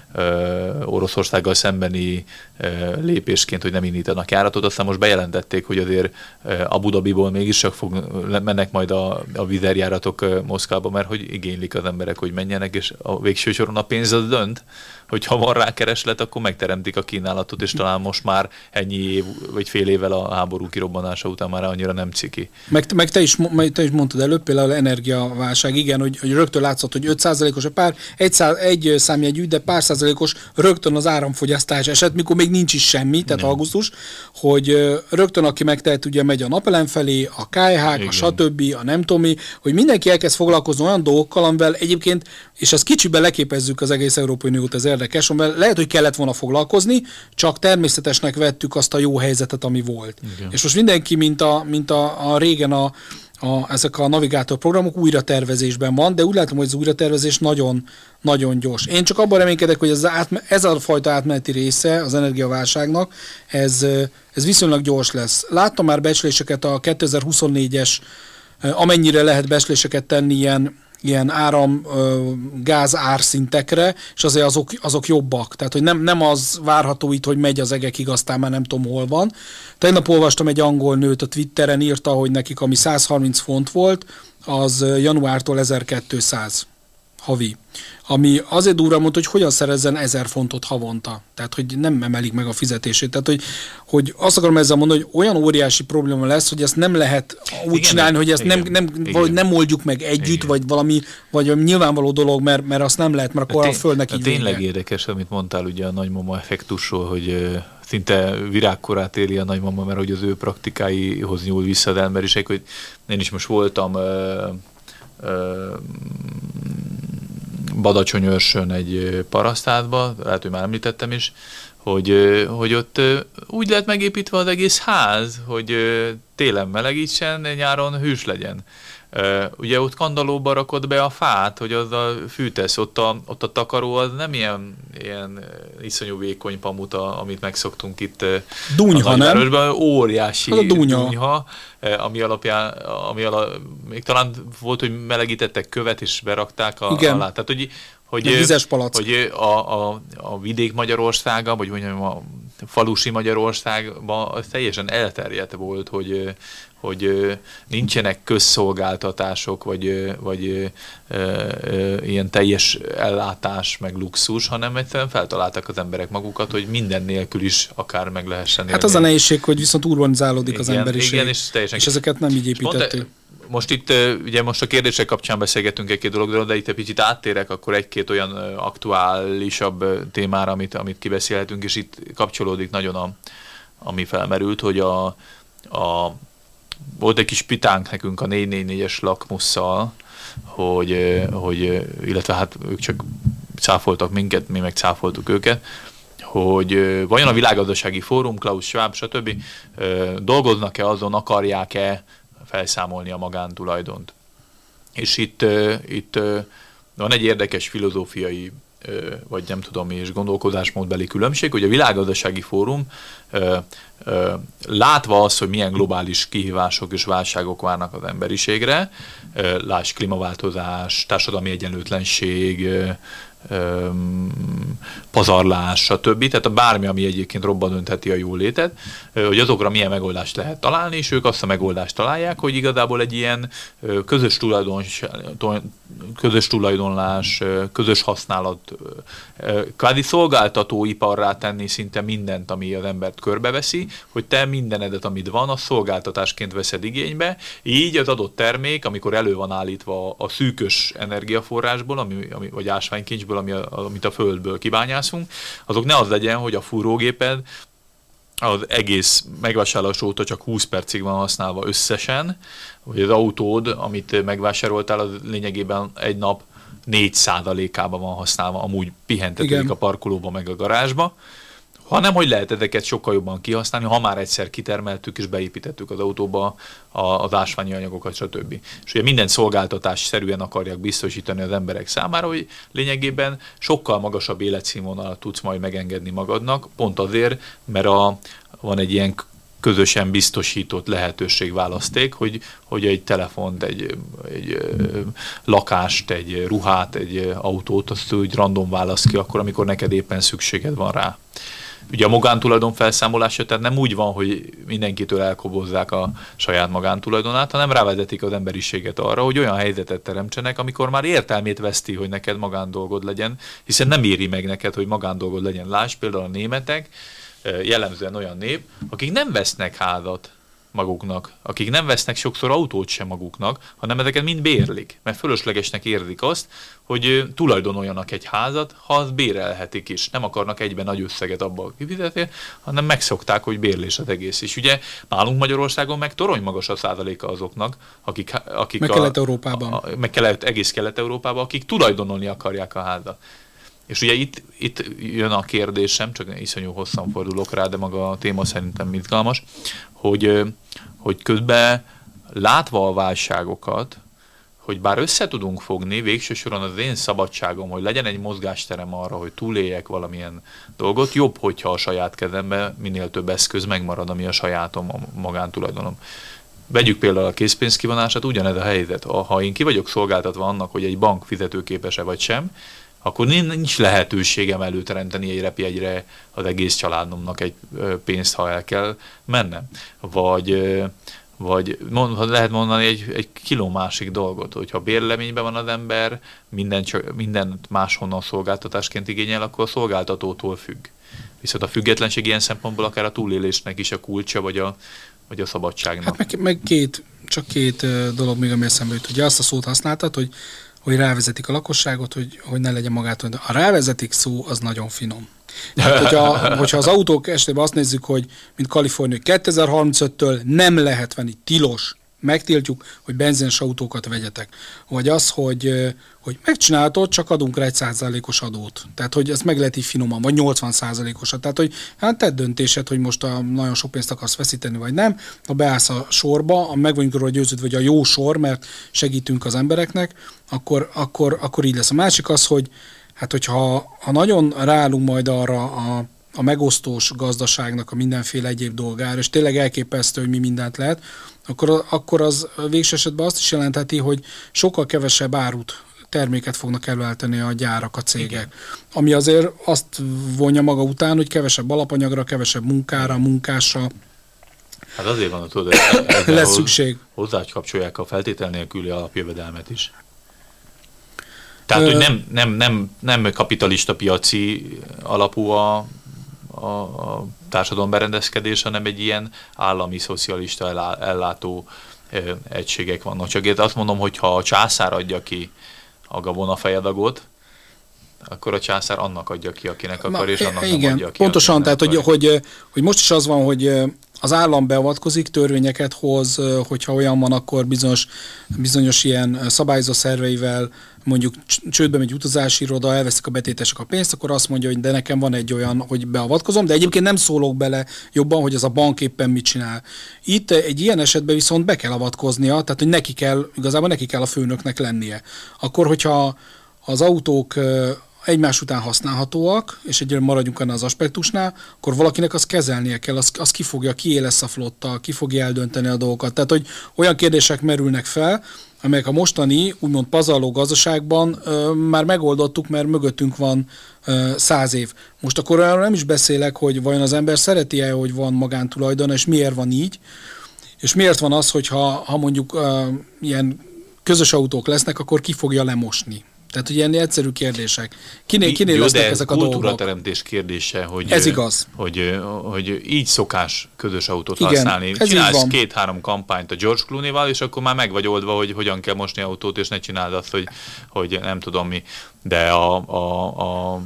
A: ö, Oroszországgal szembeni ö, lépésként, hogy nem indítanak járatot. Aztán most bejelentették, hogy azért Abu Dhabiból mégis csak fog, mennek majd a, a Vizer járatok Moszkvába, mert hogy igénylik az emberek, hogy menjenek, és a végső soron a pénz az dönt, hogyha van rá kereslet, akkor megteremtik a kínálatot, és talán most már ennyi év, vagy fél évvel a háború kirobbanása után már annyira nem ciki.
B: Meg, meg te, is, te is mondtad előbb, például energiaválság, igen, hogy, hogy rögtön látszott, hogy öt százalékos a pár, egy, száz, egy számjegyű, de pár százalékos rögtön az áramfogyasztás eset, mikor még nincs is semmi, tehát nem. augusztus, hogy rögtön aki megtehet, ugye megy a napelem felé, a ká há-k, a stb., a nem tudom mi, hogy mindenki elkezd foglalkozni olyan dolgokkal, amivel egyébként, és ezt kicsiben leképezzük az egész Európai Uniót, ez érdekes, amivel lehet, hogy kellett volna foglalkozni, csak természetesnek vettük azt a jó helyzetet, ami volt. Igen. És most mindenki, mint a, mint a, a régen a, a, ezek a navigátor programok újra tervezésben van, de úgy látom, hogy az újratervezés nagyon, nagyon gyors. Én csak abban reménykedek, hogy ez, átme, ez a fajta átmeneti része az energiaválságnak, ez, ez viszonylag gyors lesz. Láttam már becsléseket a kétezer-huszonnégyes, amennyire lehet becsléseket tenni ilyen ilyen áram, gáz árszintekre, és azért azok, azok jobbak. Tehát, hogy nem, nem az várható itt, hogy megy az egekig, aztán már nem tudom, hol van. Tegnap olvastam egy angol nőt a Twitteren, írta, hogy nekik ami száz harminc font volt, az januártól ezerkétszáz havi. Ami azért durva, mondta, hogy hogyan szerezzen ezer fontot havonta. Tehát, hogy nem emelik meg a fizetését. Tehát, hogy, hogy azt akarom ezzel mondani, hogy olyan óriási probléma lesz, hogy ezt nem lehet úgy igen, csinálni, hogy ezt igen, nem, nem, valahogy nem oldjuk meg együtt, igen. vagy valami, vagy nyilvánvaló dolog, mert, mert azt nem lehet, mert akkor a földnek így
A: tényleg vége. Érdekes, amit mondtál ugye a nagymama effektusról, hogy szinte virágkorát éli a nagymama, mert hogy az ő praktikáihoz nyúl vissza az emberiség, hogy én is most voltam ö, ö, Badacsonyőrsön egy parasztátba, lehet, hogy már említettem is, hogy, hogy ott úgy lett megépítve az egész ház, hogy télen melegítsen, nyáron hűs legyen. Ugye ott kandallóba rakod be a fát, hogy az a fűtesz, ott a, ott a takaró az nem ilyen, ilyen iszonyú vékony pamuta, amit megszoktunk itt
B: Dunyha, a nagyvárosban,
A: óriási
B: a dunyha.
A: dunyha, ami alapján, ami alap, még talán volt, hogy melegítettek követ és berakták a, alá. Tehát, hogy, hogy, hogy a, a, a vidék Magyarországa, vagy mondjam, a falusi Magyarországban teljesen elterjedt volt, hogy hogy nincsenek közszolgáltatások, vagy, vagy ö, ö, ilyen teljes ellátás, meg luxus, hanem egyszerűen feltaláltak az emberek magukat, hogy minden nélkül is akár meg lehessen élni.
B: Hát az a nehézség, hogy viszont urbanizálódik az
A: igen,
B: emberiség,
A: igen, és,
B: és ezeket nem így építettük.
A: Most itt, ugye most a kérdések kapcsán beszélgetünk egy-két dologról, de itt egy picit áttérek akkor egy-két olyan aktuálisabb témára, amit, amit kibeszélhetünk, és itt kapcsolódik nagyon a, ami felmerült, hogy a, a volt egy kis pitánk nekünk a négy négy négyes lakmusszal, hogy, hogy, illetve hát ők csak cáfoltak minket, mi meg cáfoltuk őket, hogy vajon a Világgazdasági Fórum, Klaus Schwab, stb. Dolgoznak-e azon, akarják-e felszámolni a magántulajdont. És itt, itt van egy érdekes filozófiai, vagy nem tudom mi is, gondolkodásmódbeli különbség, hogy a Világgazdasági Fórum látva azt, hogy milyen globális kihívások és válságok várnak az emberiségre, lásd klímaváltozás, társadalmi egyenlőtlenség, pazarlás, stb. Tehát a bármi, ami egyébként robban öntheti a jólétet, hogy azokra milyen megoldást lehet találni, és ők azt a megoldást találják, hogy igazából egy ilyen közös, tulajdon, közös tulajdonlás, közös használat, kvázi szolgáltatóiparrá tenni szinte mindent, ami az embert körbeveszi, hogy te mindenedet, amit van, a szolgáltatásként veszed igénybe, így az adott termék, amikor elő van állítva a szűkös energiaforrásból, ami, ami, vagy ásványkincsből, ami a, amit a földből kibányászunk, azok ne az legyen, hogy a fúrógéped az egész megvásárlás óta csak húsz percig van használva összesen, vagy az autód, amit megvásároltál, az lényegében egy nap négy százalékában van használva, amúgy pihentetődik a parkolóba meg a garázsba, hanem hogy lehet ezeket sokkal jobban kihasználni, ha már egyszer kitermeltük és beépítettük az autóba az ásványi anyagokat, stb. És ugye minden szolgáltatás szerűen akarják biztosítani az emberek számára, hogy lényegében sokkal magasabb életszínvonalat tudsz majd megengedni magadnak, pont azért, mert a, van egy ilyen közösen biztosított lehetőségválaszték, hogy, hogy egy telefont, egy, egy lakást, egy ruhát, egy autót, azt úgy random választ ki akkor, amikor neked éppen szükséged van rá. Ugye a magántulajdon felszámolása, tehát nem úgy van, hogy mindenkitől elkobozzák a saját magántulajdonát, hanem rávezetik az emberiséget arra, hogy olyan helyzetet teremtsenek, amikor már értelmét veszti, hogy neked magándolgod legyen, hiszen nem éri meg neked, hogy magándolgod legyen. Lásd például a németek, jellemzően olyan nép, akik nem vesznek házat maguknak, akik nem vesznek sokszor autót sem maguknak, hanem ezeket mind bérlik, mert fölöslegesnek érzik azt, hogy tulajdonoljanak egy házat, ha azt bérelhetik is. Nem akarnak egyben nagy összeget abba kifizetni, hanem megszokták, hogy bérlés az egész. És ugye nálunk Magyarországon meg torony magas a százaléka azoknak, akik, akik
B: meg
A: a,
B: Kelet-Európában.
A: A, a, meg kelet, egész Kelet-Európában, akik tulajdonolni akarják a házat. És ugye itt, itt jön a kérdésem, csak iszonyú hosszan fordulok rá, de maga a téma szerintem izgalmas, hogy, hogy közben látva a válságokat, hogy bár össze tudunk fogni, végső soron az én szabadságom, hogy legyen egy mozgásterem arra, hogy túléljek valamilyen dolgot, jobb, hogyha a saját kezemben minél több eszköz megmarad, ami a sajátom, a magántulajdonom. Vegyük például a készpénzkivonását, ugyanez a helyzet. Ha én ki vagyok szolgáltatva annak, hogy egy bank fizetőképes-e vagy sem, akkor nincs lehetőségem előteremteni egy repjegyre az egész családomnak egy pénzt, ha el kell mennem. Vagy, vagy mond, lehet mondani egy, egy kiló másik dolgot, hogyha bérleményben van az ember, minden, mindent máshonnan szolgáltatásként igényel, akkor a szolgáltatótól függ. Viszont a függetlenség ilyen szempontból akár a túlélésnek is a kulcsa, vagy a, vagy a szabadságnak.
B: Hát meg, meg két, csak két dolog még, ami eszembe jut. Ugye azt a szót használtad, hogy hogy rávezetik a lakosságot, hogy, hogy ne legyen magától. A rávezetik szó, az nagyon finom. Hát, hogyha, hogyha az autók esetében azt nézzük, hogy mint Kalifornia kétezer-harmincöttől nem lehet venni, tilos, megtiltjuk, hogy benzines autókat vegyetek. Vagy az, hogy, hogy megcsináltad, csak adunk rá egy százalékos adót. Tehát, hogy ezt meg lehet így finoman, vagy nyolcvan százalékosat. Tehát, hogy hát tedd döntésed, hogy most a nagyon sok pénzt akarsz veszíteni, vagy nem. Ha beállsz a sorba, meg vagyunk róla győződve, hogy a jó sor, mert segítünk az embereknek, akkor, akkor, akkor így lesz. A másik az, hogy hát, hogyha ha nagyon ráállunk majd arra a a megosztós gazdaságnak a mindenféle egyéb dolgára, és tényleg elképesztő, hogy mi mindent lehet, akkor, akkor az végső esetben azt is jelentheti, hogy sokkal kevesebb árut, terméket fognak előállítani a gyárak, a cégek. Igen. Ami azért azt vonja maga után, hogy kevesebb alapanyagra, kevesebb munkára, munkásra.
A: Hát azért van, tudod,
B: lesz szükség.
A: Hozzá kapcsolják a feltétel nélküli alapjövedelmet is. Tehát, hogy nem, nem, nem, nem kapitalista piaci alapú a a, a társadalom berendezkedés, hanem egy ilyen állami szocialista ellátó egységek vannak. Csak én azt mondom, hogy ha a császár adja ki a gabonafejadagot, akkor a császár annak adja ki, akinek akar, és annak
B: igen,
A: nem adja ki.
B: Pontosan, tehát hogy, hogy, hogy most is az van, hogy az állam beavatkozik, törvényeket hoz, hogyha olyan van, akkor bizonyos, bizonyos ilyen szabályozó szerveivel mondjuk csődbe megy utazási iroda, elveszik a betétesek a pénzt, akkor azt mondja, hogy de nekem van egy olyan, hogy beavatkozom, de egyébként nem szólok bele jobban, hogy ez a bank éppen mit csinál. Itt egy ilyen esetben viszont be kell avatkoznia, tehát hogy neki kell, igazából neki kell a főnöknek lennie. Akkor, hogyha az autók egymás után használhatóak, és egyébként maradjunk annál az aspektusnál, akkor valakinek azt kezelnie kell, az, az ki fogja, kié lesz a flotta, ki fogja eldönteni a dolgokat. Tehát, hogy olyan kérdések merülnek fel, amelyek a mostani, úgymond pazarló gazdaságban ö, már megoldottuk, mert mögöttünk van ö, száz év. Most akkor arra nem is beszélek, hogy vajon az ember szereti-e, hogy van magántulajdon, és miért van így, és miért van az, hogyha ha mondjuk ö, ilyen közös autók lesznek, akkor ki fogja lemosni. Tehát, hogy ilyen egyszerű kérdések. Kinél, kinél
A: Jó,
B: lesznek
A: de
B: ezek a dolgok?
A: kultúrateremtés kérdése, hogy,
B: ez igaz.
A: Hogy, hogy így szokás közös autót
B: igen,
A: használni. Csinálsz két-három kampányt a George Clooney-val, és akkor már meg vagy oldva, hogy hogyan kell mosni autót, és ne csináld azt, hogy, hogy nem tudom mi. De a, a, a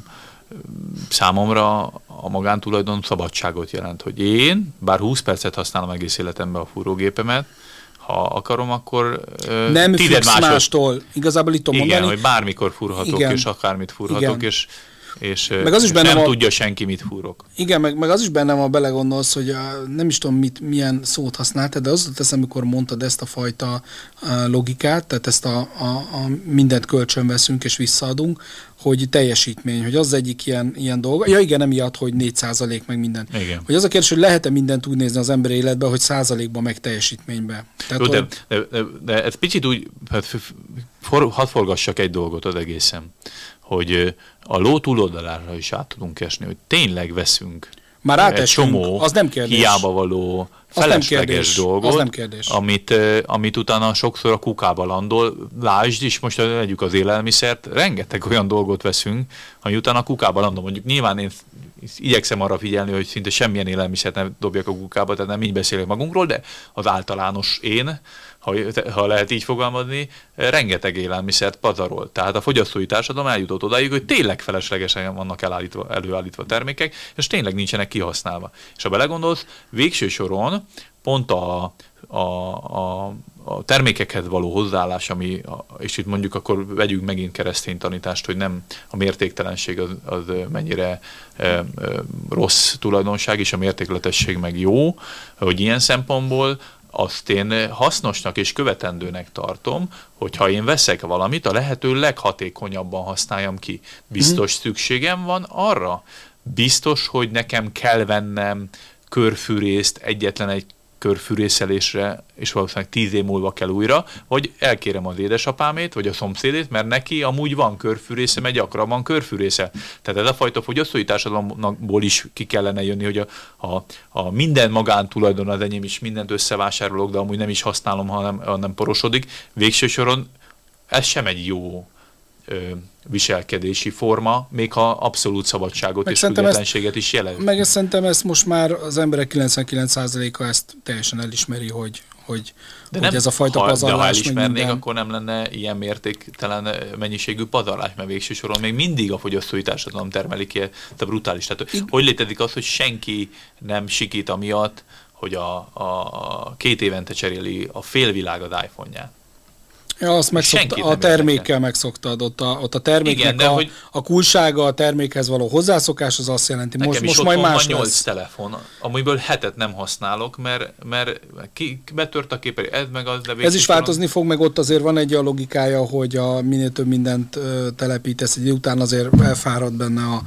A: számomra a magántulajdon szabadságot jelent, hogy én, bár húsz percet használom egész életemben a fúrógépemet, ha akarom, akkor
B: nem függsz mástól. Igazából itt tudom
A: igen,
B: mondani.
A: hogy bármikor fúrhatok, igen. és akármit fúrhatok, igen. és és, meg az is és nem a... tudja senki, mit fúrok.
B: Igen, meg, meg az is bennem, ha belegondolsz, hogy a, nem is tudom, mit, milyen szót használtad, de az teszem, amikor mondtad ezt a fajta a logikát, tehát ezt a, a, a mindent kölcsön veszünk és visszaadunk, hogy teljesítmény, hogy az egyik ilyen, ilyen dolga. Ja igen, emiatt, hogy négy százalék meg minden. Igen. Hogy az a kérdés, hogy lehet-e mindent úgy nézni az ember életben, hogy százalékban meg teljesítményben. Tehát,
A: Jó,
B: hogy...
A: de, de, de, de ez picit úgy, hát, for, hadd forgassak egy dolgot az egészen, hogy a ló túloldalára is át tudunk esni, hogy tényleg veszünk
B: már
A: egy csomó
B: az nem kérdés.
A: hiába való felesleges dolgot,
B: az nem kérdés.
A: Amit, amit utána sokszor a kukába landol. Lásd is, most vegyük az élelmiszert, rengeteg olyan dolgot veszünk, ami utána a kukába landol. Mondjuk nyilván én igyekszem arra figyelni, hogy szinte semmilyen élelmiszert nem dobjak a kukába, tehát nem így beszélek magunkról, de az általános én, ha, ha lehet így fogalmazni, rengeteg élelmiszert pazarol. Tehát a fogyasztói társadalom eljutott odáig, hogy tényleg feleslegesen vannak elállítva, előállítva termékek, és tényleg nincsenek kihasználva. És ha belegondolsz, végső soron pont a, a, a, a termékekhez való hozzáállás, ami, és itt mondjuk akkor vegyünk megint keresztény tanítást, hogy nem a mértéktelenség az, az mennyire e, e, rossz tulajdonság, és a mértékletesség meg jó, hogy ilyen szempontból azt én hasznosnak és követendőnek tartom, hogyha én veszek valamit, a lehető leghatékonyabban használjam ki. Biztos mm. szükségem van arra? Biztos, hogy nekem kell vennem körfűrészt egyetlen egy körfűrészelésre, és valószínűleg tíz év múlva kell újra, vagy elkérem az édesapámét, vagy a szomszédét, mert neki amúgy van körfűrésze, mert gyakrabban körfűrésze. Tehát ez a fajta fogyasztói társadalomból is ki kellene jönni, hogy a, a, a minden magántulajdon az enyém is, mindent összevásárolok, de amúgy nem is használom, hanem, hanem porosodik. Végső soron ez sem egy jó ö, viselkedési forma, még ha abszolút szabadságot meg és függetlenséget is jelent.
B: Meg ezt szerintem ezt most már az emberek kilencvenkilenc százaléka ezt teljesen elismeri, hogy, hogy,
A: de
B: hogy
A: nem,
B: ez a fajta
A: ha,
B: pazarlás.
A: De ha elismernék, akkor nem lenne ilyen mértéktelen mennyiségű pazarlás, mert végső soron még mindig a fogyasztói társadalom termeli ki a brutális. Tehát I- hogy létezik az, hogy senki nem sikít amiatt, hogy a, a két évente cseréli a félvilág az iPhone-ját.
B: Ja, azt megszokta, a termékkel megszoktad, ott a, ott a terméknek igen, a, hogy a kulcsága, a termékhez való hozzászokás, az azt jelenti, most, most majd más lesz.
A: nyolc telefon, amiből hetet nem használok, mert, mert ki, betört a képernyő, ez meg az, de
B: ez is változni fog, meg ott azért van egy a logikája, hogy a minél több mindent uh, telepítesz, egy idő után azért elfárad benne a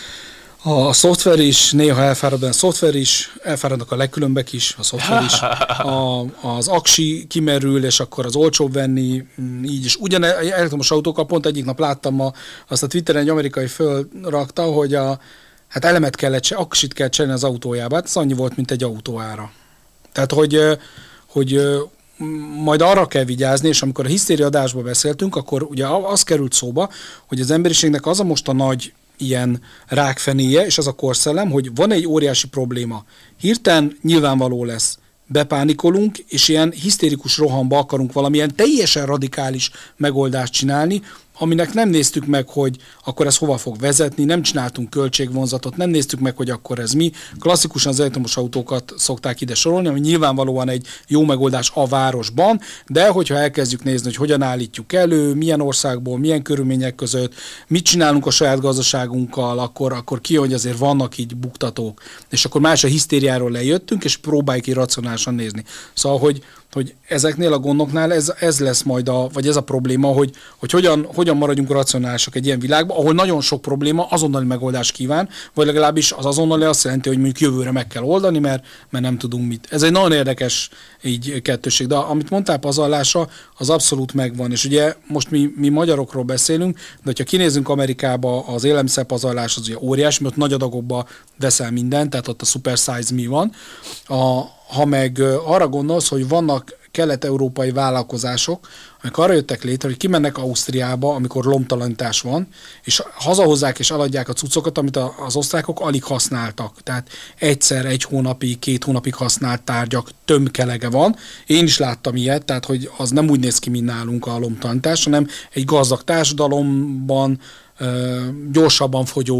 B: A szoftver is, néha elfárad benne a szoftver is, elfáradnak a legkülönbek is, a szoftver is, a, az aksi kimerül, és akkor az olcsóbb venni, így is. Ugyan elektromos autókkal pont egyik nap láttam a, azt a Twitteren egy amerikai fölrakta, hogy a, hát elemet kellett, aksit kell cserélni az autójába, hát ez annyi volt, mint egy autóára. Tehát, hogy, hogy majd arra kell vigyázni, és amikor a hisztéria adásban beszéltünk, akkor ugye az került szóba, hogy az emberiségnek az a most a nagy ilyen rákfenéje, és az a korszellem, hogy van egy óriási probléma. Hirtelen nyilvánvaló lesz, bepánikolunk, és ilyen hisztérikus rohamba akarunk valamilyen teljesen radikális megoldást csinálni, aminek nem néztük meg, hogy akkor ez hova fog vezetni, nem csináltunk költségvonzatot, nem néztük meg, hogy akkor ez mi. Klasszikusan az elektromos autókat szokták ide sorolni, ami nyilvánvalóan egy jó megoldás a városban, de hogyha elkezdjük nézni, hogy hogyan állítjuk elő, milyen országból, milyen körülmények között, mit csinálunk a saját gazdaságunkkal, akkor, akkor ki, hogy azért vannak így buktatók. És akkor más a hisztériáról lejöttünk, és próbáljuk így racionálisan nézni. Szóval, hogy hogy ezeknél a gondoknál ez, ez lesz majd a, vagy ez a probléma, hogy, hogy hogyan, hogyan maradjunk racionálisak egy ilyen világban, ahol nagyon sok probléma azonnali megoldás kíván, vagy legalábbis az azonnali azt jelenti, hogy mondjuk jövőre meg kell oldani, mert, mert nem tudunk mit. Ez egy nagyon érdekes így kettőség, de amit mondtál pazarlásra, az abszolút megvan, és ugye most mi, mi magyarokról beszélünk, de hogyha kinézünk Amerikába, az élelmiszerpazarlás az ugye óriás, mert nagy adagokba veszel mindent, tehát ott a super size me van. A, ha meg arra gondolsz, hogy vannak kelet-európai vállalkozások, amik arra jöttek létre, hogy kimennek Ausztriába, amikor lomtalanítás van, és hazahozzák és eladják a cuccokat, amit az osztrákok alig használtak. Tehát egyszer, egy hónapig, két hónapig használt tárgyak tömkelege van. Én is láttam ilyet, tehát hogy az nem úgy néz ki, mint nálunk a lomtalanítás, hanem egy gazdag társadalomban ö, gyorsabban fogyó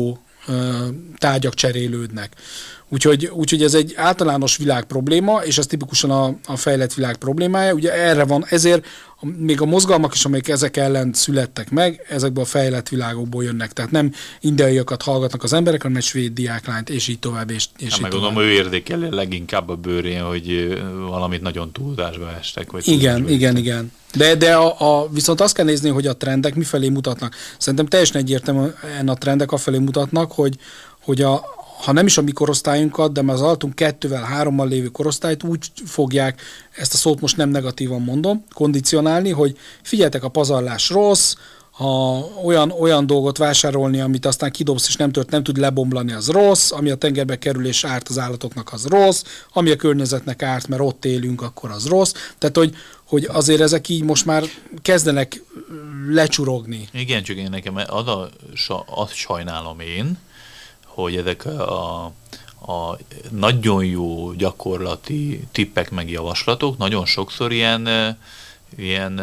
B: tárgyak cserélődnek. Úgyhogy, úgyhogy ez egy általános világ probléma, és ez tipikusan a, a fejlett világ problémája. Ugye erre van, ezért a, még a mozgalmak is, amelyek ezek ellen születtek meg, ezekből a fejlett világokból jönnek. Tehát nem indiaiakat hallgatnak az emberek, hanem egy svéd diáklányt, és így tovább, és, és
A: hát
B: így
A: meg
B: tovább.
A: gondolom, ő érdekeli leginkább a bőrén, hogy valamit nagyon túlzásba estek. Vagy
B: Igen, igen, igen. De, de a, a, viszont azt kell nézni, hogy a trendek mifelé mutatnak. Szerintem teljesen egyértelműen a trendek afelé mutatnak, hogy, hogy a, ha nem is a mi korosztályunkat, de már az alatunk kettővel, hárommal lévő korosztályt úgy fogják, ezt a szót most nem negatívan mondom, kondicionálni, hogy figyeljetek, a pazarlás rossz, ha olyan, olyan dolgot vásárolni, amit aztán kidobsz és nem tört, nem tud lebomlani, az rossz, ami a tengerbe kerül és árt az állatoknak, az rossz, ami a környezetnek árt, mert ott élünk, akkor az rossz. Tehát, hogy, hogy azért ezek így most már kezdenek lecsurogni.
A: Igen, csak én nekem az a, azt sajnálom én, hogy ezek a, a nagyon jó gyakorlati tippek meg javaslatok nagyon sokszor ilyen, ilyen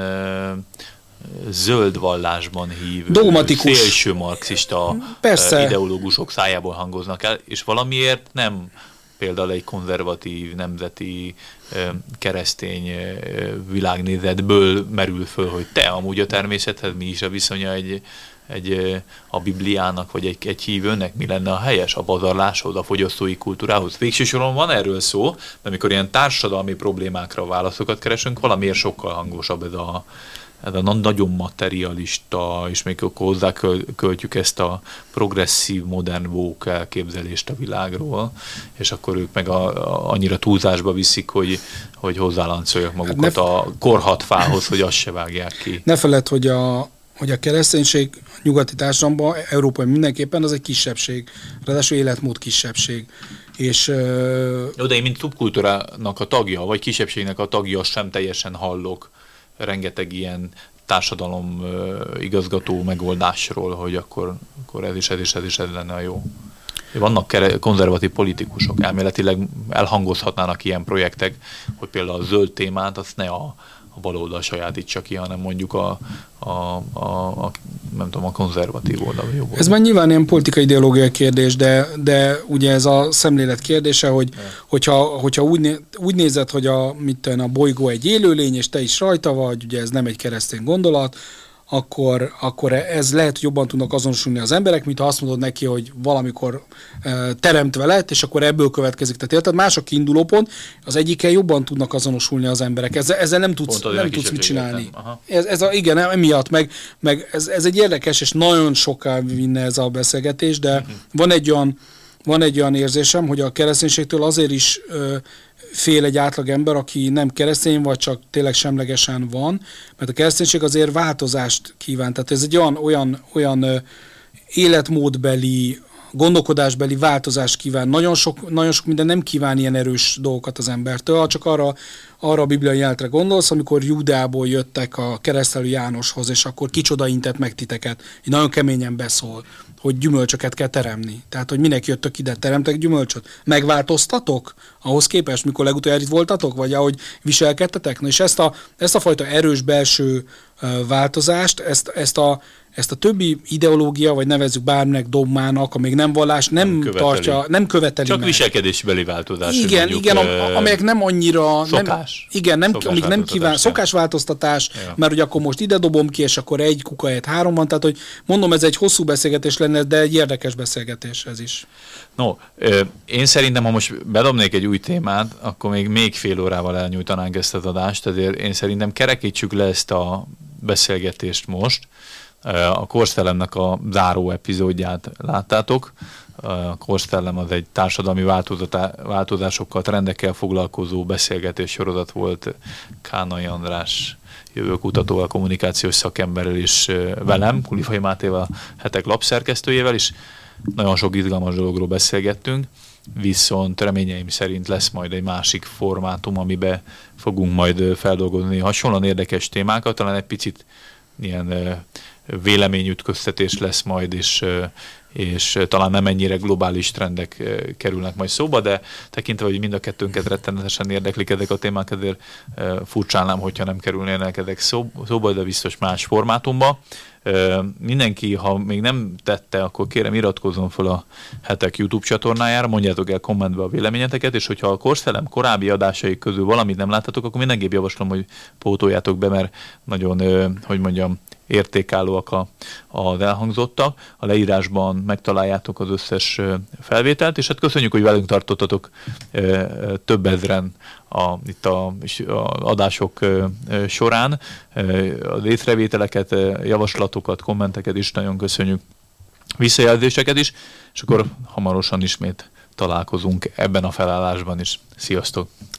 A: zöld vallásban hívő,
B: dogmatikus,
A: szélső marxista
B: persze,
A: ideológusok szájából hangoznak el, és valamiért nem például egy konzervatív, nemzeti, keresztény világnézetből merül föl, hogy te amúgy a természethez mi is a viszonya egy, egy, a Bibliának, vagy egy, egy hívőnek, mi lenne a helyes a pazarláshoz, a fogyasztói kultúrához. Végső soron van erről szó, de amikor ilyen társadalmi problémákra válaszokat keresünk, valamiért sokkal hangosabb ez a ez a nagyon materialista, és még akkor hozzá költjük ezt a progresszív, modern woke elképzelést a világról, és akkor ők meg a, a, annyira túlzásba viszik, hogy, hogy hozzáláncolják magukat ne, a korhatfához, hogy azt se vágják ki.
B: Ne feledd, hogy a, hogy a kereszténység nyugati társadalomban, Európai mindenképpen, az egy kisebbség, ráadásul életmód kisebbség. És,
A: Jó, de én mint szubkultúrának a tagja, vagy kisebbségnek a tagja sem teljesen hallok rengeteg ilyen társadalom uh, igazgató megoldásról, hogy akkor, akkor ez is, ez is, ez is ez lenne a jó. Vannak kere- konzervatív politikusok, elméletileg elhangozhatnának ilyen projektek, hogy például a zöld témát azt ne a, a baloldal sajátítsa ki, hanem mondjuk a, a, a, a nem tudom, a konzervatív oldal.
B: Ez már nyilván ilyen politikai ideológiai kérdés, de, de ugye ez a szemlélet kérdése, hogy, hogyha, hogyha úgy, né, úgy nézed, hogy a, mit tudom, a bolygó egy élőlény, és te is rajta vagy, ugye ez nem egy keresztény gondolat, akkor, akkor ez lehet, hogy jobban tudnak azonosulni az emberek, mint ha azt mondod neki, hogy valamikor e, teremtve lett, és akkor ebből következik. Tehát érted, más a kiinduló pont, az egyikkel jobban tudnak azonosulni az emberek. Ezzel, ezzel nem tudsz, nem tudsz mit csinálni. Ez, ez a, igen, emiatt, meg, meg ez, ez egy érdekes, és nagyon soká vinne ez a beszélgetés, de uh-huh. van egy olyan van egy olyan érzésem, hogy a kereszténységtől azért is ö, fél egy átlag ember, aki nem keresztény, vagy csak tényleg semlegesen van, mert a kereszténység azért változást kíván. Tehát ez egy olyan, olyan, olyan ö, életmódbeli, gondolkodásbeli változást kíván. Nagyon sok, nagyon sok minden nem kíván ilyen erős dolgokat az embertől, csak arra, arra a bibliai jelenetre gondolsz, amikor Júdeából jöttek a keresztelő Jánoshoz, és akkor kicsoda intett meg titeket. Így nagyon keményen beszól, hogy gyümölcsöket kell teremni. Tehát, hogy minek jöttök ide, teremtek gyümölcsöt. Megváltoztatok ahhoz képest, mikor legutóbb itt voltatok, vagy ahogy viselkedtetek? Na, és ezt a, ezt a fajta erős belső uh, változást, ezt, ezt, a, ezt a többi ideológia, vagy nevezzük bárminek dogmának, amíg nem vallás, nem, nem tartja, nem követeli
A: Csak
B: meg.
A: viselkedésbeli változás.
B: Igen, mondjuk, igen,
A: uh,
B: amelyek nem annyira...
A: Szokás.
B: Nem, igen, nem, amíg nem kíván, szokásváltoztatás, ja. Mert hogy akkor most ide dobom ki, és akkor egy kuka helyett három van, tehát hogy mondom, ez egy hosszú beszélgetés lenne, de egy érdekes beszélgetés ez is.
A: No, én szerintem, ha most bedobnék egy új témát, akkor még még fél órával elnyújtanánk ezt az adást, ezért én szerintem kerekítsük le ezt a beszélgetést most. A Korszellemnek a záró epizódját láttátok. A Korszellem az egy társadalmi változásokkal, trendekkel foglalkozó beszélgetés sorozat volt Kánai András jövőkutatóval, kommunikációs szakemberrel és velem, Kulifai Mátéval, Hetek lapszerkesztőjével is. Nagyon sok izgalmas dologról beszélgettünk, viszont reményeim szerint lesz majd egy másik formátum, amiben fogunk majd feldolgozni hasonlóan érdekes témákat, talán egy picit ilyen véleményütköztetés lesz majd, és, és talán nem ennyire globális trendek kerülnek majd szóba, de tekintve, hogy mind a kettőnket rettenetesen érdeklik ezek a témák, ezért furcsálnám, hogyha nem kerülnének ezek szóba, de biztos más formátumba. Mindenki, ha még nem tette, akkor kérem iratkozzon fel a Hetek YouTube csatornájára, mondjátok el kommentbe a véleményeteket, és hogyha a Korszellem korábbi adásai közül valamit nem láttatok, akkor mindenképp javaslom, hogy pótoljátok be, mert nagyon, hogy mondjam, értékállóak a, az elhangzottak. A leírásban megtaláljátok az összes felvételt, és hát köszönjük, hogy velünk tartottatok több ezren a, itt a, a adások során. Az észrevételeket, javaslatokat, kommenteket is nagyon köszönjük, visszajelzéseket is, és akkor hamarosan ismét találkozunk ebben a felállásban is. Sziasztok!